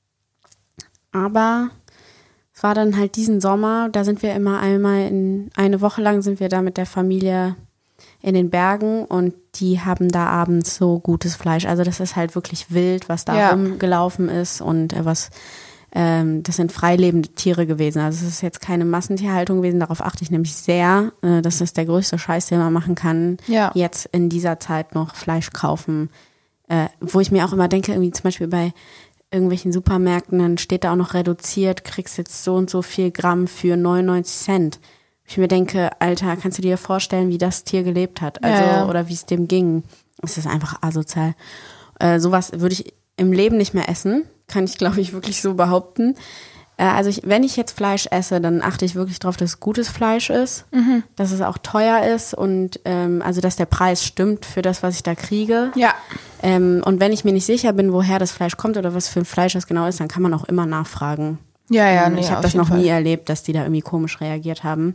aber es war dann halt diesen Sommer, da sind wir immer einmal in, eine Woche lang sind wir da mit der Familie in den Bergen und die haben da abends so gutes Fleisch. Also das ist halt wirklich wild, was da Ja. rumgelaufen ist und äh, was ähm, das sind freilebende Tiere gewesen. Also es ist jetzt keine Massentierhaltung gewesen, darauf achte ich nämlich sehr. Äh, das ist der größte Scheiß, den man machen kann. Ja. Jetzt in dieser Zeit noch Fleisch kaufen. Äh, wo ich mir auch immer denke, irgendwie zum Beispiel bei irgendwelchen Supermärkten, dann steht da auch noch reduziert, kriegst jetzt so und so viel Gramm für neunundneunzig Cent. Ich mir denke, Alter, kannst du dir vorstellen, wie das Tier gelebt hat? Also, Ja, ja. oder wie es dem ging. Es ist einfach asozial. Äh, sowas würde ich im Leben nicht mehr essen. Kann ich, glaube ich, wirklich so behaupten. Äh, also ich, wenn ich jetzt Fleisch esse, dann achte ich wirklich darauf, dass es gutes Fleisch ist, Mhm. dass es auch teuer ist und ähm, also dass der Preis stimmt für das, was ich da kriege. Ja. Ähm, und wenn ich mir nicht sicher bin, woher das Fleisch kommt oder was für ein Fleisch das genau ist, dann kann man auch immer nachfragen. Ja, ja, Ähm, nee, ich habe auf das jeden noch Fall. nie erlebt, dass die da irgendwie komisch reagiert haben.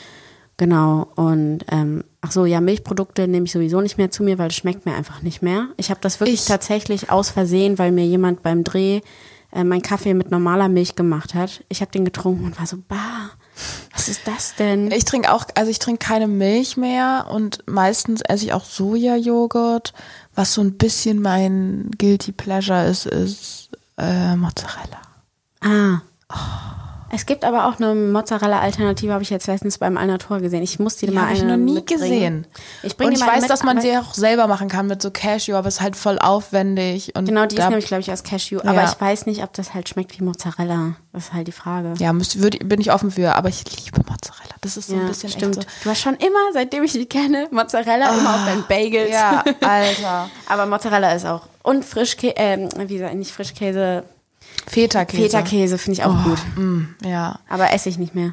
Genau, und ähm, ach so, ja, Milchprodukte nehme ich sowieso nicht mehr zu mir, weil es schmeckt mir einfach nicht mehr. Ich habe das wirklich Ich- tatsächlich aus Versehen, weil mir jemand beim Dreh äh, meinen Kaffee mit normaler Milch gemacht hat. Ich habe den getrunken und war so, bah, was ist das denn? Ich trinke auch, also ich trinke keine Milch mehr und meistens esse ich auch Sojajoghurt. Was so ein bisschen mein Guilty Pleasure ist, ist äh, Mozzarella. Ah. Es gibt aber auch eine Mozzarella-Alternative, habe ich jetzt letztens beim Alnatura gesehen. Ich muss die Die mal habe ich eine noch nie mitbringen. gesehen. Ich bring Und die ich mal weiß, mit, dass man aber- sie auch selber machen kann mit so Cashew, aber es ist halt voll aufwendig. Und Genau, die da, ist nämlich, glaube ich, aus Cashew. Aber Ja. ich weiß nicht, ob das halt schmeckt wie Mozzarella. Das ist halt die Frage. Ja, müsst, würd, bin ich offen für, aber ich liebe Mozzarella. Das ist so ein bisschen stimmt. echt Du hast schon immer, seitdem ich dich kenne, Mozzarella immer auf deinen so. Bagels. Ja, Alter. Aber Mozzarella ist auch. Und Frischkäse, ähm, wie gesagt, nicht Frischkäse, Feta-Käse. Feta-Käse finde ich auch gut. Mm, ja. Aber esse ich nicht mehr.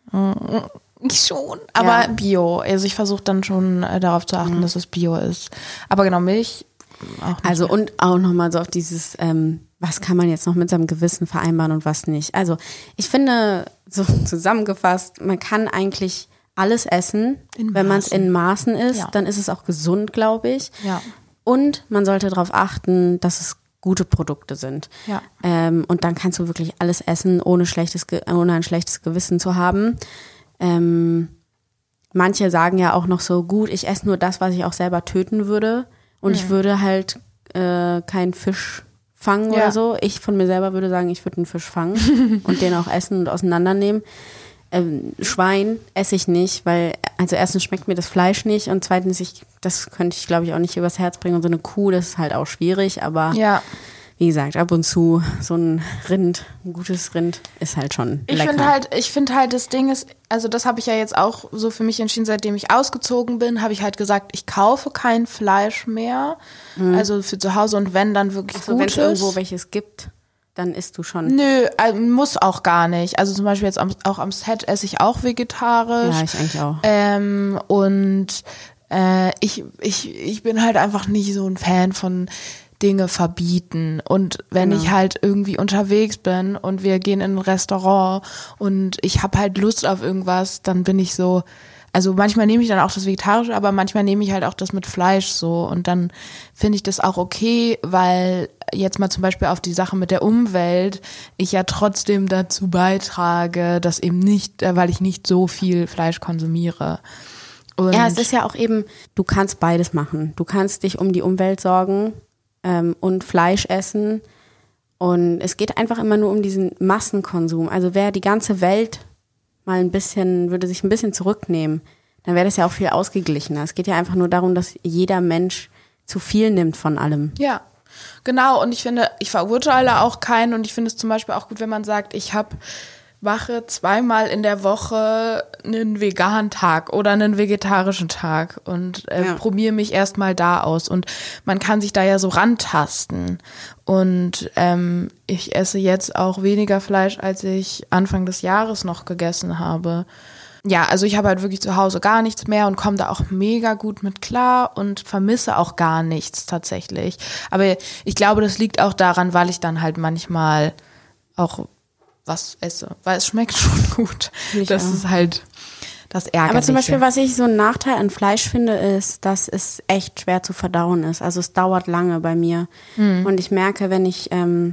Ich schon, aber Ja. Bio. Also ich versuche dann schon äh, darauf zu achten, dass es Bio ist. Aber genau, Milch auch nicht. Also und auch nochmal so auf dieses, ähm, was kann man jetzt noch mit seinem Gewissen vereinbaren und was nicht. Also ich finde, so zusammengefasst, man kann eigentlich alles essen, In wenn man es Maßen. in Maßen isst, Ja. dann ist es auch gesund, glaube ich. Ja. Und man sollte darauf achten, dass es gute Produkte sind. Ja. Ähm, und dann kannst du wirklich alles essen, ohne schlechtes, Ge- ohne ein schlechtes Gewissen zu haben. Ähm, manche sagen ja auch noch so, gut, ich esse nur das, was ich auch selber töten würde. Und ich würde halt äh, keinen Fisch fangen Ja. oder so. Ich von mir selber würde sagen, ich würde einen Fisch fangen und den auch essen und auseinandernehmen. Ähm, Schwein esse ich nicht, weil, also erstens schmeckt mir das Fleisch nicht und zweitens, ich, das könnte ich glaube ich auch nicht übers Herz bringen und so eine Kuh, das ist halt auch schwierig, aber Ja. wie gesagt, ab und zu so ein Rind, ein gutes Rind ist halt schon Ich lecker. finde halt, ich finde halt, das Ding ist, also das habe ich ja jetzt auch so für mich entschieden, seitdem ich ausgezogen bin, habe ich halt gesagt, ich kaufe kein Fleisch mehr, also für zu Hause und wenn, dann wirklich so, wenn es Gutes. irgendwo welches gibt, dann isst du schon. Nö, also muss auch gar nicht. Also zum Beispiel jetzt am, auch am Set esse ich auch vegetarisch. Ja, ich eigentlich auch. Ähm, und äh, ich, ich, ich bin halt einfach nicht so ein Fan von Dinge verbieten. Und wenn Genau. ich halt irgendwie unterwegs bin und wir gehen in ein Restaurant und ich habe halt Lust auf irgendwas, dann bin ich so, also manchmal nehme ich dann auch das Vegetarische, aber manchmal nehme ich halt auch das mit Fleisch so. Und dann finde ich das auch okay, weil jetzt mal zum Beispiel auf die Sache mit der Umwelt, ich ja trotzdem dazu beitrage, dass eben nicht, äh, weil ich nicht so viel Fleisch konsumiere. Und Ja, es ist ja auch eben, du kannst beides machen. Du kannst dich um die Umwelt sorgen ähm, und Fleisch essen. Und es geht einfach immer nur um diesen Massenkonsum. Also wäre die ganze Welt mal ein bisschen, würde sich ein bisschen zurücknehmen, dann wäre das ja auch viel ausgeglichener. Es geht ja einfach nur darum, dass jeder Mensch zu viel nimmt von allem. Ja, genau. Und ich finde, ich verurteile auch keinen. Und ich finde es zum Beispiel auch gut, wenn man sagt, ich habe mache zweimal in der Woche einen veganen Tag oder einen vegetarischen Tag und äh, Ja. probiere mich erstmal da aus. Und man kann sich da ja so rantasten. Und ähm, ich esse jetzt auch weniger Fleisch, als ich Anfang des Jahres noch gegessen habe. Ja, also ich habe halt wirklich zu Hause gar nichts mehr und komme da auch mega gut mit klar und vermisse auch gar nichts tatsächlich. Aber ich glaube, das liegt auch daran, weil ich dann halt manchmal auch was esse, weil es schmeckt schon gut. Ich Das auch. ist halt das Ärgerliche. Aber zum Beispiel, was ich so ein Nachteil an Fleisch finde, ist, dass es echt schwer zu verdauen ist. Also es dauert lange bei mir. Und ich merke, wenn ich ähm,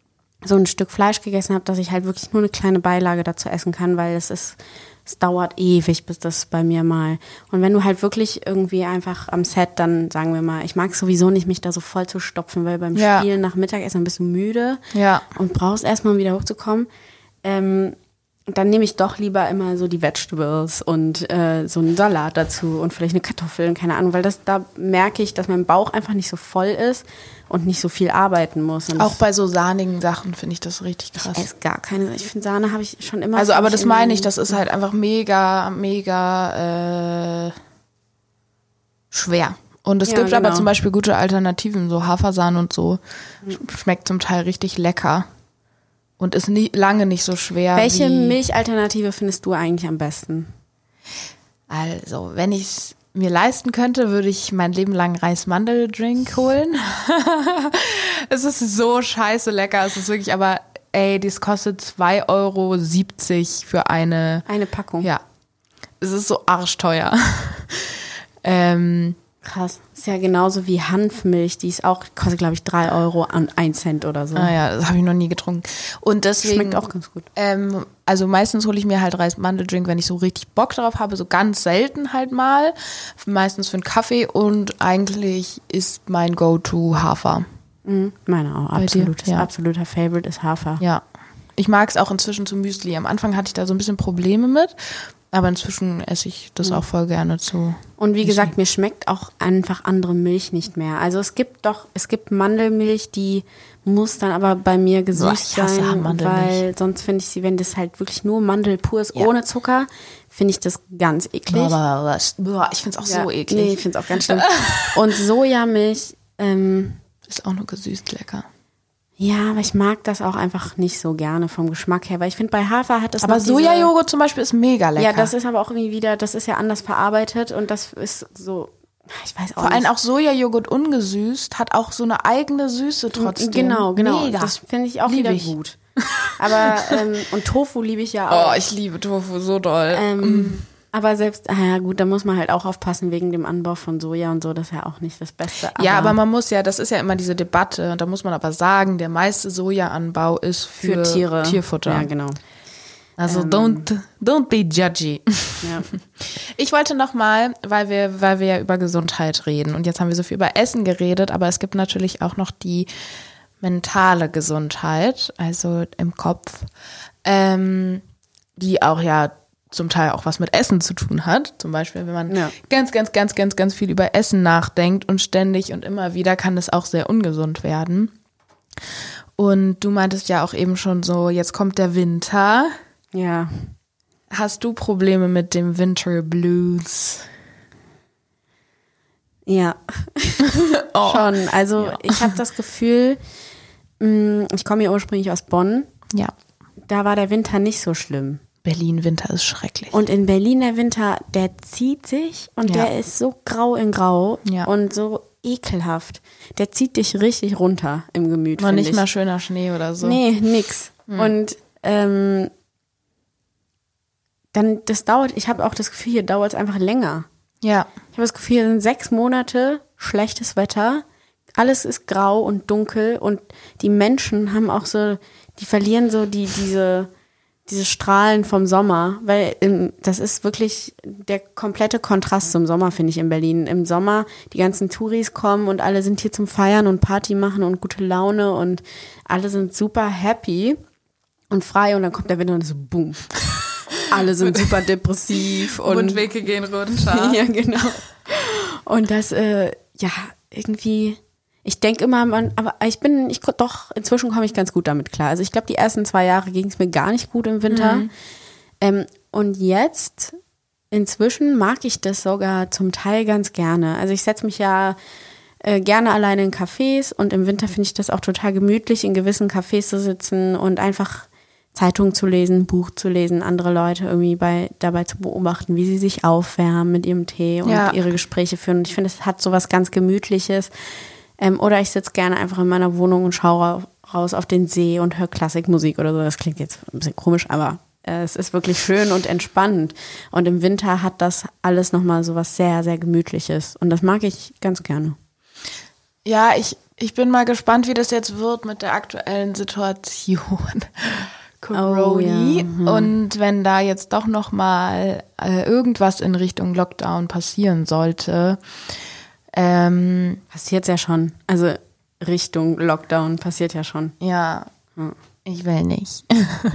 so ein Stück Fleisch gegessen habe, dass ich halt wirklich nur eine kleine Beilage dazu essen kann, weil es ist, es dauert ewig, bis das bei mir mal. Und wenn du halt wirklich irgendwie einfach am Set, dann sagen wir mal, ich mag es sowieso nicht, mich da so voll zu stopfen, weil beim Ja. Spielen nach Mittagessen bist du müde Ja. und brauchst erstmal, um wieder hochzukommen. Ähm, dann nehme ich doch lieber immer so die Vegetables und äh, so einen Salat dazu und vielleicht eine Kartoffel, keine Ahnung, weil das da merke ich, dass mein Bauch einfach nicht so voll ist und nicht so viel arbeiten muss. Und Auch bei so sahnigen Sachen finde ich das richtig krass. ich esse gar keine. Ich finde Sahne habe ich schon immer. Also, aber für mich das meine ich, in- das ist halt einfach mega, mega äh, schwer. Und es Ja, gibt aber genau. zum Beispiel gute Alternativen, so Hafersahne und so. Sch- Schmeckt zum Teil richtig lecker. Und ist nie, lange nicht so schwer. Welche wie, Milchalternative findest du eigentlich am besten? Also, wenn ich es mir leisten könnte, würde ich mein Leben lang Reis-Mandel-Drink holen. Es ist so scheiße lecker. Es ist wirklich, aber ey, das kostet zwei Euro siebzig für eine. Eine Packung. Ja. Es ist so arschteuer. ähm, Krass. Ist ja genauso wie Hanfmilch, die ist auch, kostet glaube ich drei Euro und ein Cent oder so. ah ja, das habe ich noch nie getrunken. Und deswegen. Schmeckt auch ganz gut. Ähm, also meistens hole ich mir halt Reis-Mandel-Drink, wenn ich so richtig Bock drauf habe, so ganz selten halt mal. Meistens für einen Kaffee und eigentlich ist mein Go-To Hafer. Mhm. Meine auch. Bei dir? Absolutes, Ja. absoluter Favorite ist Hafer. Ja. Ich mag es auch inzwischen zu Müsli. Am Anfang hatte ich da so ein bisschen Probleme mit, aber inzwischen esse ich das auch voll gerne zu. Und wie gesagt, mir schmeckt auch einfach andere Milch nicht mehr. Also es gibt doch, es gibt Mandelmilch, die muss dann aber bei mir gesüßt Boah, ich hasse sein, Mandelmilch. weil sonst finde ich sie, wenn das halt wirklich nur Mandel pur ist, Ja. ohne Zucker, finde ich das ganz eklig. Aber boah, ich finde es auch Ja, so Nee, eklig. ich finde es auch ganz schlimm. Und Sojamilch, ähm, Ist auch nur gesüßt lecker. ja, aber ich mag das auch einfach nicht so gerne vom Geschmack her, weil ich finde, bei Hafer hat es Aber noch diese- Sojajoghurt zum Beispiel ist mega lecker. Ja, das ist aber auch irgendwie wieder, das ist ja anders verarbeitet und das ist so Ich weiß auch Vor allem nicht. auch Sojajoghurt ungesüßt hat auch so eine eigene Süße trotzdem. Genau, genau. Mega. Das finde ich auch Lieb wieder ich. gut. Aber, ähm, und Tofu liebe ich ja auch. Oh, ich liebe Tofu so doll. Ähm, aber selbst, ah ja gut, da muss man halt auch aufpassen wegen dem Anbau von Soja und so, das ist ja auch nicht das Beste. Aber ja, aber man muss ja, das ist ja immer diese Debatte, und da muss man aber sagen, der meiste Sojaanbau ist für, für Tiere. Tierfutter. Ja, genau. Also Ähm. don't, don't be judgy. Ja. Ich wollte noch mal, weil wir, weil wir ja über Gesundheit reden und jetzt haben wir so viel über Essen geredet, aber es gibt natürlich auch noch die mentale Gesundheit, also im Kopf, ähm, die auch ja zum Teil auch was mit Essen zu tun hat. Zum Beispiel, wenn man Ja. ganz, ganz, ganz, ganz, ganz viel über Essen nachdenkt und ständig und immer wieder, kann das auch sehr ungesund werden. Und du meintest ja auch eben schon so, jetzt kommt der Winter. Ja. Hast du Probleme mit dem Winter Blues? Ja. Oh. Schon. Also Ja. ich habe das Gefühl, mh, ich komme ja ursprünglich aus Bonn, Ja. da war der Winter nicht so schlimm. Berlin-Winter ist schrecklich. Und in Berlin der Winter, der zieht sich und Ja. der ist so grau in grau Ja. und so ekelhaft. Der zieht dich richtig runter im Gemüt, Noch finde nicht ich. mal schöner Schnee oder so. Nee, nix. Und ähm, dann, das dauert, ich habe auch das Gefühl, hier dauert es einfach länger. Ja. Ich habe das Gefühl, hier sind sechs Monate schlechtes Wetter, alles ist grau und dunkel und die Menschen haben auch so, die verlieren so die, diese, diese Strahlen vom Sommer, weil im, das ist wirklich der komplette Kontrast zum Sommer, finde ich, in Berlin. Im Sommer, die ganzen Touris kommen und alle sind hier zum Feiern und Party machen und gute Laune und alle sind super happy und frei und dann kommt der Winter und so boom. Alle sind super depressiv und Mundwinkel gehen runter. ja, genau. Und das, äh, ja, irgendwie, ich denke immer, man, aber ich bin, ich doch, inzwischen komme ich ganz gut damit klar. Also ich glaube, die ersten zwei Jahre ging es mir gar nicht gut im Winter. Mhm. Ähm, und jetzt, inzwischen mag ich das sogar zum Teil ganz gerne. Also ich setze mich ja äh, gerne alleine in Cafés und im Winter finde ich das auch total gemütlich, in gewissen Cafés zu sitzen und einfach Zeitung zu lesen, Buch zu lesen, andere Leute irgendwie bei, dabei zu beobachten, wie sie sich aufwärmen mit ihrem Tee und Ja. ihre Gespräche führen. Und ich finde, es hat so was ganz Gemütliches. Ähm, oder ich sitze gerne einfach in meiner Wohnung und schaue ra- raus auf den See und höre Klassikmusik oder so. Das klingt jetzt ein bisschen komisch, aber äh, es ist wirklich schön und entspannend. Und im Winter hat das alles nochmal so was sehr, sehr Gemütliches. Und das mag ich ganz gerne. Ja, ich, ich bin mal gespannt, wie das jetzt wird mit der aktuellen Situation. Corona. Oh, ja. Und wenn da jetzt doch noch mal äh, irgendwas in Richtung Lockdown passieren sollte, ähm, Passiert ja schon. Also Richtung Lockdown passiert ja schon. ja, Hm. ich will nicht.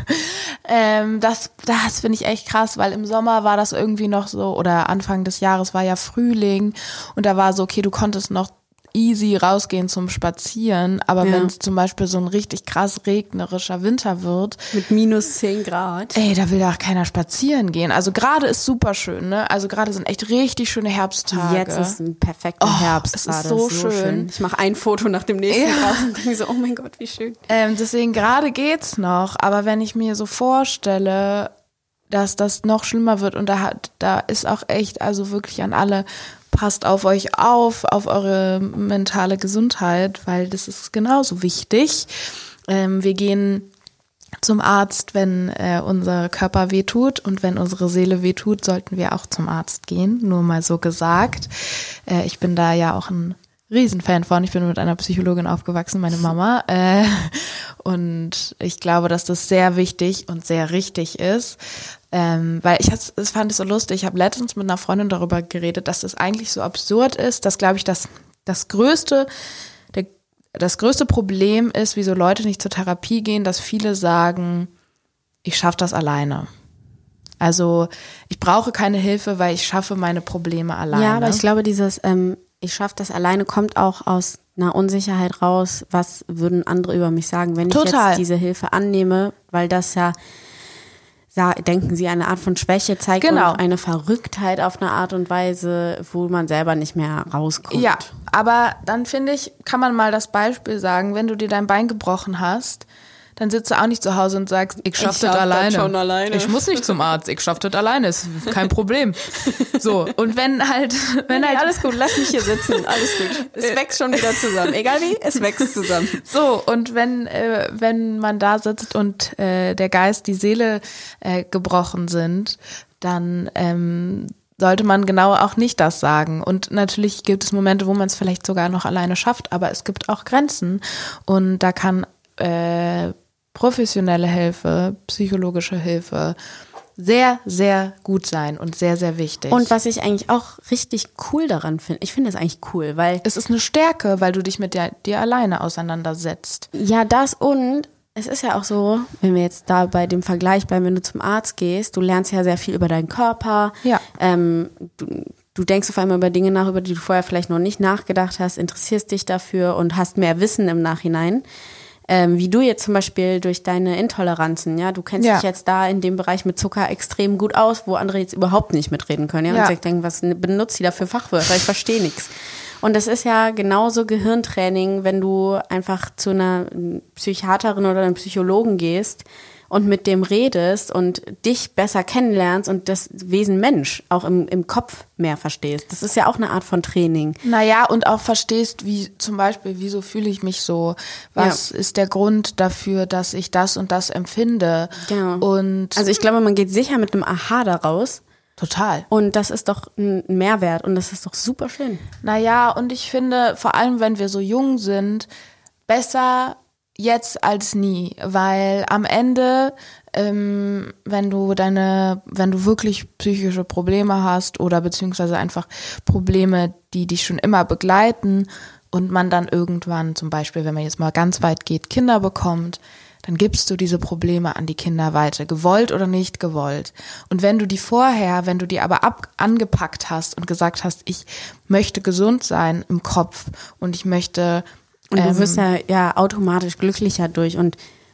ähm, das das finde ich echt krass, weil im Sommer war das irgendwie noch so, oder Anfang des Jahres war ja Frühling und da war so, okay, du konntest noch easy rausgehen zum Spazieren, aber Ja. wenn es zum Beispiel so ein richtig krass regnerischer Winter wird, Mit minus zehn Grad. ey, da will ja auch keiner spazieren gehen. Also gerade ist super schön, ne? Also gerade sind echt richtig schöne Herbsttage. Jetzt ist ein perfekter Oh, Herbst. es ist gerade. so schön. Ich mache ein Foto nach dem nächsten Ja. raus und denke mir so, oh mein Gott, wie schön. Ähm, deswegen gerade geht's noch, aber wenn ich mir so vorstelle, dass das noch schlimmer wird und da hat, da ist auch echt, also wirklich an alle, passt auf euch auf, auf eure mentale Gesundheit, weil das ist genauso wichtig. Ähm, wir gehen zum Arzt, wenn äh, unser Körper wehtut und wenn unsere Seele wehtut, sollten wir auch zum Arzt gehen, nur mal so gesagt. Äh, ich bin da ja auch ein Riesenfan von. Ich bin mit einer Psychologin aufgewachsen, meine Mama. Äh, und ich glaube, dass das sehr wichtig und sehr richtig ist. Ähm, weil ich das fand es so lustig. Ich habe letztens mit einer Freundin darüber geredet, dass das eigentlich so absurd ist, dass, glaube ich, das, das größte, der, das größte Problem ist, wieso Leute nicht zur Therapie gehen, dass viele sagen, ich schaffe das alleine. Also ich brauche keine Hilfe, weil ich schaffe meine Probleme alleine. Ja, aber ich glaube, dieses ähm, ich schaffe das alleine kommt auch aus einer Unsicherheit raus, was würden andere über mich sagen, wenn ich Total. jetzt diese Hilfe annehme, weil das ja, ja, denken sie, eine Art von Schwäche zeigt Genau. und eine Verrücktheit auf eine Art und Weise, wo man selber nicht mehr rauskommt. Ja, aber dann finde ich, kann man mal das Beispiel sagen, wenn du dir dein Bein gebrochen hast, dann sitzt du auch nicht zu Hause und sagst, ich schaff das alleine. schon alleine. Ich muss nicht zum Arzt, ich schaff das alleine, ist kein Problem. So, und wenn halt, wenn halt. Alles gut, lass mich hier sitzen, alles gut. Es wächst schon wieder zusammen, egal wie, es wächst zusammen. So, und wenn, äh, wenn man da sitzt und äh, der Geist, die Seele äh, gebrochen sind, dann ähm, sollte man genau auch nicht das sagen. Und natürlich gibt es Momente, wo man es vielleicht sogar noch alleine schafft, aber es gibt auch Grenzen. Und da kann äh, professionelle Hilfe, psychologische Hilfe sehr, sehr gut sein und sehr, sehr wichtig. Und was ich eigentlich auch richtig cool daran finde, ich finde es eigentlich cool, weil... Es ist eine Stärke, weil du dich mit der, dir alleine auseinandersetzt. Ja, das und... Es ist ja auch so, wenn wir jetzt da bei dem Vergleich bleiben, wenn du zum Arzt gehst, du lernst ja sehr viel über deinen Körper. Ja. Ähm, du, du denkst auf einmal über Dinge nach, über die du vorher vielleicht noch nicht nachgedacht hast, interessierst dich dafür und hast mehr Wissen im Nachhinein. Ähm, wie du jetzt zum Beispiel durch deine Intoleranzen, ja, du kennst Ja. dich jetzt da in dem Bereich mit Zucker extrem gut aus, wo andere jetzt überhaupt nicht mitreden können. Ja, Ja. und sich denken, was benutzt die da für Fachwörter? Ich verstehe nichts. Und das ist ja genauso Gehirntraining, wenn du einfach zu einer Psychiaterin oder einem Psychologen gehst und mit dem redest und dich besser kennenlernst und das Wesen Mensch auch im, im Kopf mehr verstehst. Das ist ja auch eine Art von Training. Naja, und auch verstehst, wie zum Beispiel, wieso fühle ich mich so? Was Ja. ist der Grund dafür, dass ich das und das empfinde? Genau. Und Also ich glaube, man geht sicher mit einem Aha daraus. total. Und das ist doch ein Mehrwert und das ist doch super schön. Naja, und ich finde, vor allem wenn wir so jung sind, besser jetzt als nie, weil am Ende, ähm, wenn du deine, wenn du wirklich psychische Probleme hast oder beziehungsweise einfach Probleme, die dich schon immer begleiten und man dann irgendwann zum Beispiel, wenn man jetzt mal ganz weit geht, Kinder bekommt, dann gibst du diese Probleme an die Kinder weiter, gewollt oder nicht gewollt. Und wenn du die vorher, wenn du die aber ab, angepackt hast und gesagt hast, ich möchte gesund sein im Kopf und ich möchte... Und du ähm, wirst ja, ja automatisch glücklicher durch und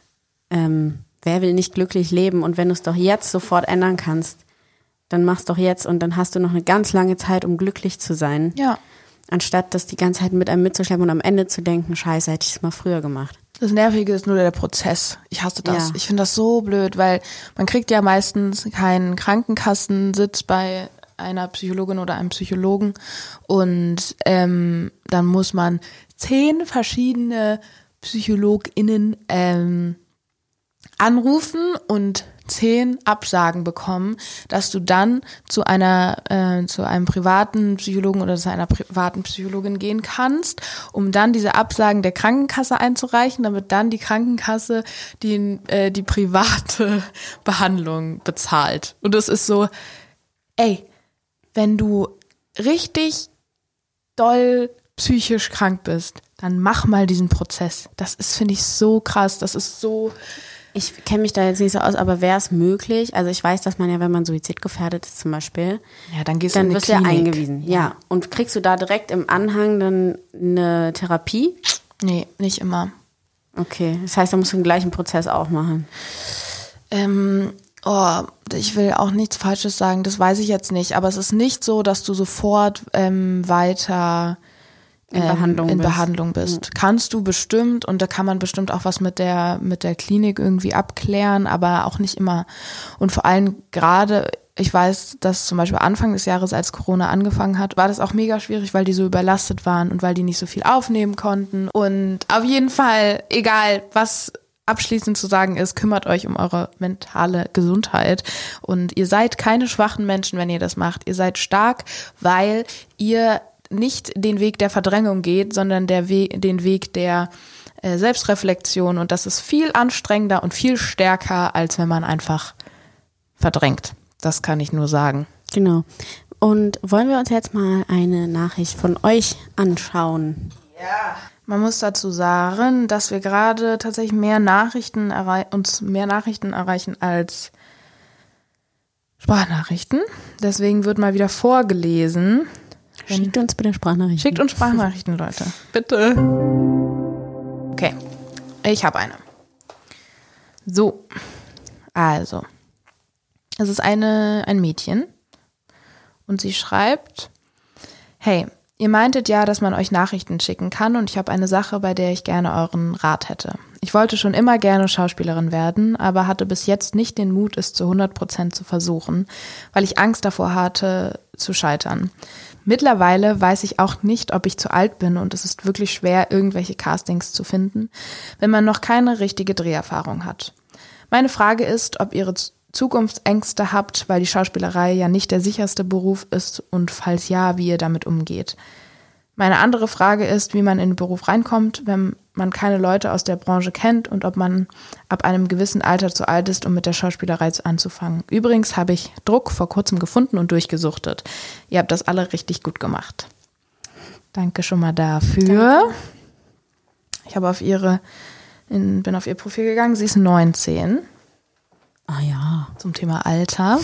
ähm, wer will nicht glücklich leben? Und wenn du es doch jetzt sofort ändern kannst, dann mach's doch jetzt und dann hast du noch eine ganz lange Zeit, um glücklich zu sein. Ja. Anstatt das die ganze Zeit mit einem mitzuschleppen und am Ende zu denken, scheiße, hätte ich es mal früher gemacht. Das Nervige ist nur der Prozess. Ich hasse das. Ja. Ich finde das so blöd, weil man kriegt ja meistens keinen Krankenkassensitz bei einer Psychologin oder einem Psychologen und ähm, dann muss man zehn verschiedene PsychologInnen ähm, anrufen und zehn Absagen bekommen, dass du dann zu einer äh, zu einem privaten Psychologen oder zu einer privaten Psychologin gehen kannst, um dann diese Absagen der Krankenkasse einzureichen, damit dann die Krankenkasse die äh, die private Behandlung bezahlt. Und das ist so, ey, wenn du richtig doll psychisch krank bist, dann mach mal diesen Prozess. Das ist, finde ich, so krass. Das ist so... Ich kenne mich da jetzt nicht so aus, aber wäre es möglich? Also ich weiß, dass man ja, wenn man suizidgefährdet ist zum Beispiel, Ja, dann gehst dann du in wirst die du ja Klinik. eingewiesen. Ja. Und kriegst du da direkt im Anhang dann eine Therapie? Nee, nicht immer. Okay, das heißt, da musst du den gleichen Prozess auch machen. Ähm, oh, ich will auch nichts Falsches sagen, das weiß ich jetzt nicht. Aber es ist nicht so, dass du sofort ähm, weiter In ähm, Behandlung in bist. Behandlung bist. Kannst du bestimmt und da kann man bestimmt auch was mit der mit der Klinik irgendwie abklären, aber auch nicht immer. Und vor allem gerade, ich weiß, dass zum Beispiel Anfang des Jahres, als Corona angefangen hat, war das auch mega schwierig, weil die so überlastet waren und weil die nicht so viel aufnehmen konnten. Und auf jeden Fall, egal was abschließend zu sagen ist, kümmert euch um eure mentale Gesundheit und ihr seid keine schwachen Menschen, wenn ihr das macht. Ihr seid stark, weil ihr nicht den Weg der Verdrängung geht, sondern der We- den Weg der äh, Selbstreflexion und das ist viel anstrengender und viel stärker, als wenn man einfach verdrängt. Das kann ich nur sagen. Genau. Und wollen wir uns jetzt mal eine Nachricht von euch anschauen? Ja. Man muss dazu sagen, dass wir gerade tatsächlich mehr Nachrichten errei- uns mehr Nachrichten erreichen als Sprachnachrichten. Deswegen wird mal wieder vorgelesen. Wenn- Schickt uns bitte Sprachnachrichten. Schickt uns Sprachnachrichten, Leute. Bitte. Okay, ich habe eine. So, also, es ist eine, ein Mädchen und sie schreibt, hey, ihr meintet ja, dass man euch Nachrichten schicken kann und ich habe eine Sache, bei der ich gerne euren Rat hätte. Ich Ich wollte schon immer gerne Schauspielerin werden, aber hatte bis jetzt nicht den Mut, es zu hundert Prozent zu versuchen, weil ich Angst davor hatte, zu scheitern. Mittlerweile weiß ich auch nicht, ob ich zu alt bin und es ist wirklich schwer, irgendwelche Castings zu finden, wenn man noch keine richtige Dreherfahrung hat. Meine Frage ist, ob ihr Zukunftsängste habt, weil die Schauspielerei ja nicht der sicherste Beruf ist und falls ja, wie ihr damit umgeht. Meine andere Frage ist, wie man in den Beruf reinkommt, wenn man keine Leute aus der Branche kennt und ob man ab einem gewissen Alter zu alt ist, um mit der Schauspielerei anzufangen. Übrigens habe ich Druck vor kurzem gefunden und durchgesuchtet. Ihr habt das alle richtig gut gemacht. Danke schon mal dafür. Danke. Ich habe auf ihre, in, bin auf ihr Profil gegangen. Sie ist neunzehn. Ah ja. Zum Thema Alter.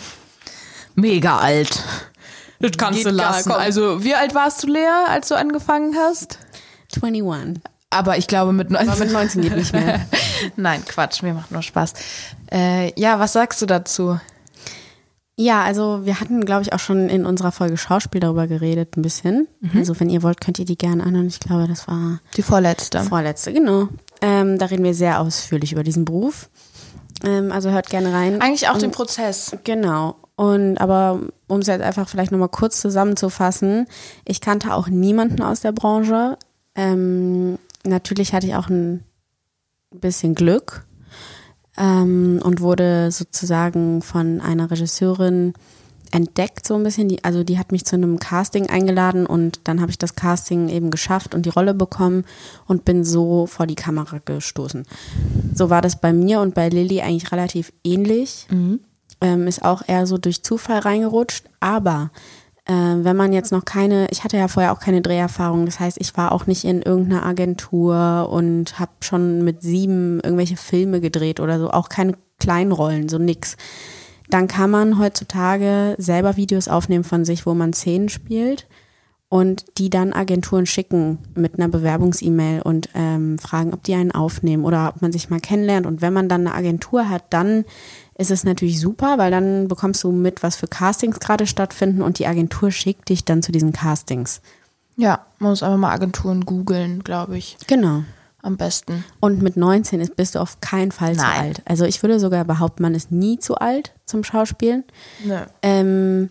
Mega alt. Das kannst Geht du lassen. Gar, also, wie alt warst du, Lea, als du angefangen hast? einundzwanzig. Aber ich glaube, mit neunzehn, Aber mit neunzehn geht nicht mehr. Nein, Quatsch, mir macht nur Spaß. Äh, ja, was sagst du dazu? Ja, also wir hatten, glaube ich, auch schon in unserer Folge Schauspiel darüber geredet, ein bisschen. Mhm. Also wenn ihr wollt, könnt ihr die gerne anhören. Ich glaube, das war die vorletzte. Vorletzte, genau. Ähm, da reden wir sehr ausführlich über diesen Beruf. Ähm, also hört gerne rein. Eigentlich auch Und, den Prozess. Genau. Und aber um es jetzt einfach vielleicht nochmal kurz zusammenzufassen, ich kannte auch niemanden aus der Branche. Ähm, natürlich hatte ich auch ein bisschen Glück ähm, und wurde sozusagen von einer Regisseurin entdeckt so ein bisschen. Die, also die hat mich zu einem Casting eingeladen und dann habe ich das Casting eben geschafft und die Rolle bekommen und bin so vor die Kamera gestoßen. So war das bei mir und bei Lilly eigentlich relativ ähnlich. Mhm. Ähm, ist auch eher so durch Zufall reingerutscht, aber äh, wenn man jetzt noch keine, ich hatte ja vorher auch keine Dreherfahrung, das heißt, ich war auch nicht in irgendeiner Agentur und habe schon mit sieben irgendwelche Filme gedreht oder so, auch keine Kleinrollen, so nix. Dann kann man heutzutage selber Videos aufnehmen von sich, wo man Szenen spielt und die dann Agenturen schicken mit einer Bewerbungs-E-Mail und ähm, fragen, ob die einen aufnehmen oder ob man sich mal kennenlernt. Und wenn man dann eine Agentur hat, dann ist es natürlich super, weil dann bekommst du mit, was für Castings gerade stattfinden und die Agentur schickt dich dann zu diesen Castings. Ja, man muss einfach mal Agenturen googeln, glaube ich. Genau. Am besten. Und mit neunzehn ist, bist du auf keinen Fall Nein. zu alt. Also ich würde sogar behaupten, man ist nie zu alt zum Schauspielen. Nö. Ähm,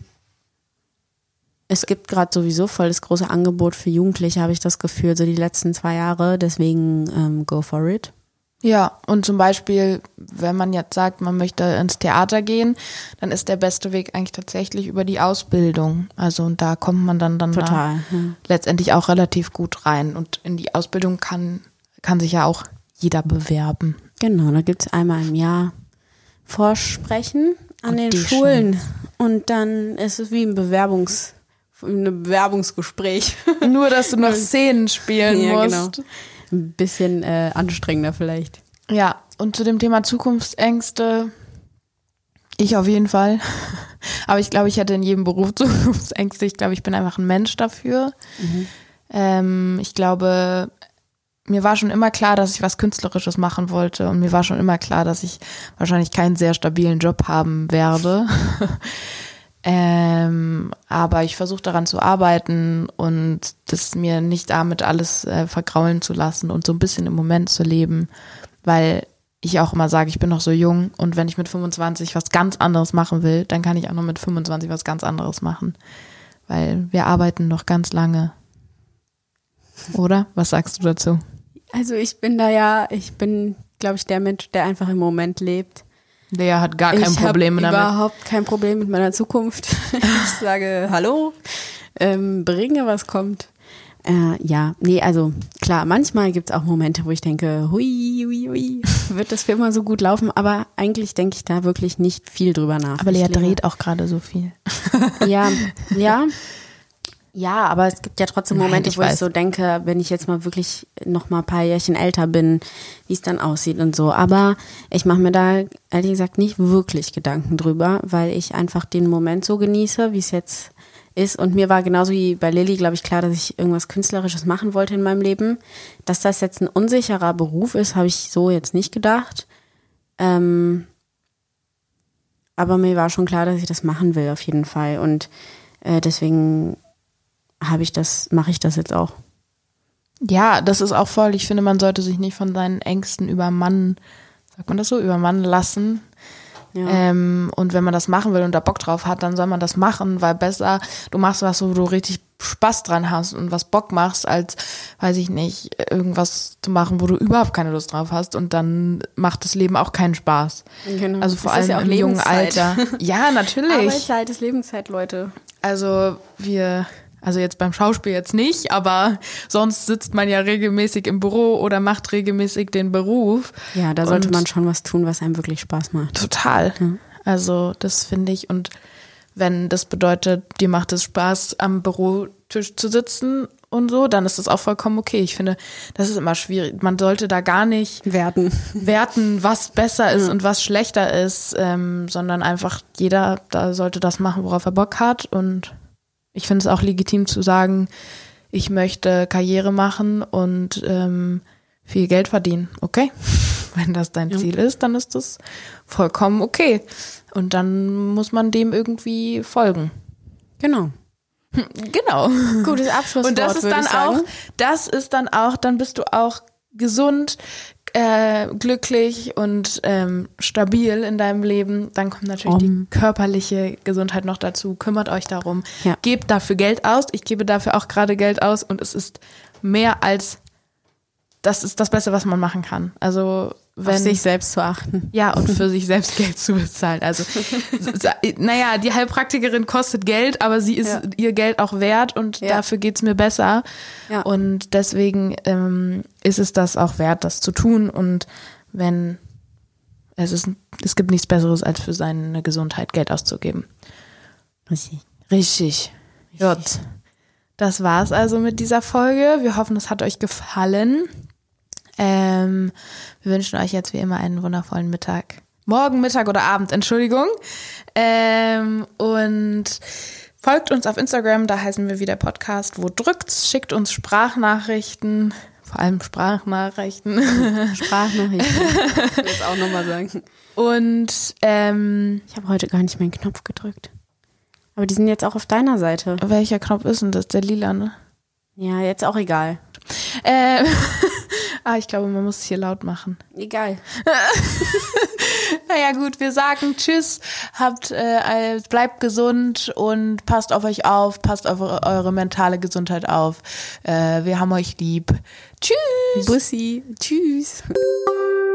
es gibt gerade sowieso voll das große Angebot für Jugendliche, habe ich das Gefühl, so die letzten zwei Jahre. Deswegen ähm, go for it. Ja, und zum Beispiel, wenn man jetzt sagt, man möchte ins Theater gehen, dann ist der beste Weg eigentlich tatsächlich über die Ausbildung. Also und da kommt man dann, dann Total, da ja. letztendlich auch relativ gut rein. Und in die Ausbildung kann, kann sich ja auch jeder bewerben. Genau, da gibt es einmal im Jahr Vorsprechen an den Schulen. Und dann ist es wie ein Bewerbungs, ein Bewerbungsgespräch. Nur, dass du noch Szenen spielen ja, musst. Genau. Ein bisschen äh, anstrengender vielleicht. Ja, und zu dem Thema Zukunftsängste, ich auf jeden Fall. Aber ich glaube, ich hätte in jedem Beruf Zukunftsängste. Ich glaube, ich bin einfach ein Mensch dafür. Mhm. Ähm, ich glaube, mir war schon immer klar, dass ich was Künstlerisches machen wollte. Und mir war schon immer klar, dass ich wahrscheinlich keinen sehr stabilen Job haben werde. Ähm, aber ich versuche daran zu arbeiten und das mir nicht damit alles äh, vergraulen zu lassen und so ein bisschen im Moment zu leben, weil ich auch immer sage, ich bin noch so jung und wenn ich mit fünfundzwanzig was ganz anderes machen will, dann kann ich auch noch mit fünfundzwanzig was ganz anderes machen, weil wir arbeiten noch ganz lange. Oder? Was sagst du dazu? Also ich bin da ja, ich bin, glaube ich, der Mensch, der einfach im Moment lebt. Lea hat gar kein Problem damit. Ich habe überhaupt kein Problem mit meiner Zukunft. Ich sage Hallo, ähm, bringe, was kommt. Äh, ja, nee, also klar, manchmal gibt es auch Momente, wo ich denke, hui, hui, hui, wird das für immer so gut laufen? Aber eigentlich denke ich da wirklich nicht viel drüber nach. Aber Lea dreht auch gerade so viel. Ja, ja. Ja, aber es gibt ja trotzdem Momente, Nein, ich wo weiß. ich so denke, wenn ich jetzt mal wirklich noch mal ein paar Jährchen älter bin, wie es dann aussieht und so. Aber ich mache mir da ehrlich gesagt nicht wirklich Gedanken drüber, weil ich einfach den Moment so genieße, wie es jetzt ist. Und mir war genauso wie bei Lilly, glaube ich, klar, dass ich irgendwas Künstlerisches machen wollte in meinem Leben. Dass das jetzt ein unsicherer Beruf ist, habe ich so jetzt nicht gedacht. Ähm, aber mir war schon klar, dass ich das machen will, auf jeden Fall. Und äh, deswegen habe ich das, mache ich das jetzt auch. Ja, das ist auch voll. Ich finde, man sollte sich nicht von seinen Ängsten übermannen, sagt man das so, übermannen lassen. Ja. Ähm, und wenn man das machen will und da Bock drauf hat, dann soll man das machen, weil besser, du machst was, wo du richtig Spaß dran hast und was Bock machst, als, weiß ich nicht, irgendwas zu machen, wo du überhaupt keine Lust drauf hast und dann macht das Leben auch keinen Spaß. Genau. Also vor Das allem ist ja auch im jungen Lebenszeit. Alter. Ja, natürlich. Arbeitszeit ist Lebenszeit, Leute. Also wir... Also jetzt beim Schauspiel jetzt nicht, aber sonst sitzt man ja regelmäßig im Büro oder macht regelmäßig den Beruf. Ja, da sollte Und man schon was tun, was einem wirklich Spaß macht. Total. Ja. Also das finde ich. Und wenn das bedeutet, dir macht es Spaß, am Bürotisch zu sitzen und so, dann ist das auch vollkommen okay. Ich finde, das ist immer schwierig. Man sollte da gar nicht Werten, werten, was besser ist ja. und was schlechter ist, ähm, sondern einfach jeder da sollte das machen, worauf er Bock hat. Und ich finde es auch legitim zu sagen, ich möchte Karriere machen und ähm, viel Geld verdienen. Okay, wenn das dein ja. Ziel ist, dann ist das vollkommen okay. Und dann muss man dem irgendwie folgen. Genau. Genau. Gutes Abschlusswort, und das ist würde dann ich sagen. auch, das ist dann auch, dann bist du auch gesund, äh, glücklich und ähm, stabil in deinem Leben. Dann kommt natürlich Um. die körperliche Gesundheit noch dazu. Kümmert euch darum. Ja. Gebt dafür Geld aus. Ich gebe dafür auch gerade Geld aus und es ist mehr als, das ist das Beste, was man machen kann. Also wenn, auf sich selbst zu achten. ja, und für sich selbst Geld zu bezahlen. Also, naja, die Heilpraktikerin kostet Geld, aber sie ist Ja. ihr Geld auch wert und Ja. dafür geht's mir besser. Ja. Und deswegen ähm, ist es das auch wert, das zu tun. Und wenn es ist, es gibt nichts Besseres, als für seine Gesundheit Geld auszugeben. Richtig. Richtig. Gut. Das war's also mit dieser Folge. Wir hoffen, es hat euch gefallen. Ähm, wir wünschen euch jetzt wie immer einen wundervollen Mittag. Morgen, Mittag oder Abend, Entschuldigung. Ähm, und folgt uns auf Instagram, da heißen wir wieder Podcast. Wo drückt's? Schickt uns Sprachnachrichten, vor allem Sprachnachrichten. Sprachnachrichten. Ich will jetzt auch nochmal sagen. Und ähm, Ich habe heute gar nicht meinen Knopf gedrückt. Aber die sind jetzt auch auf deiner Seite. welcher Knopf ist denn das? Der lila, ne? Ja, jetzt auch egal. Ähm, ah, ich glaube, man muss es hier laut machen. Egal. Naja gut, wir sagen Tschüss, habt, äh, bleibt gesund und passt auf euch auf, passt auf eure, eure mentale Gesundheit auf. Äh, wir haben euch lieb. Tschüss. Bussi. Tschüss.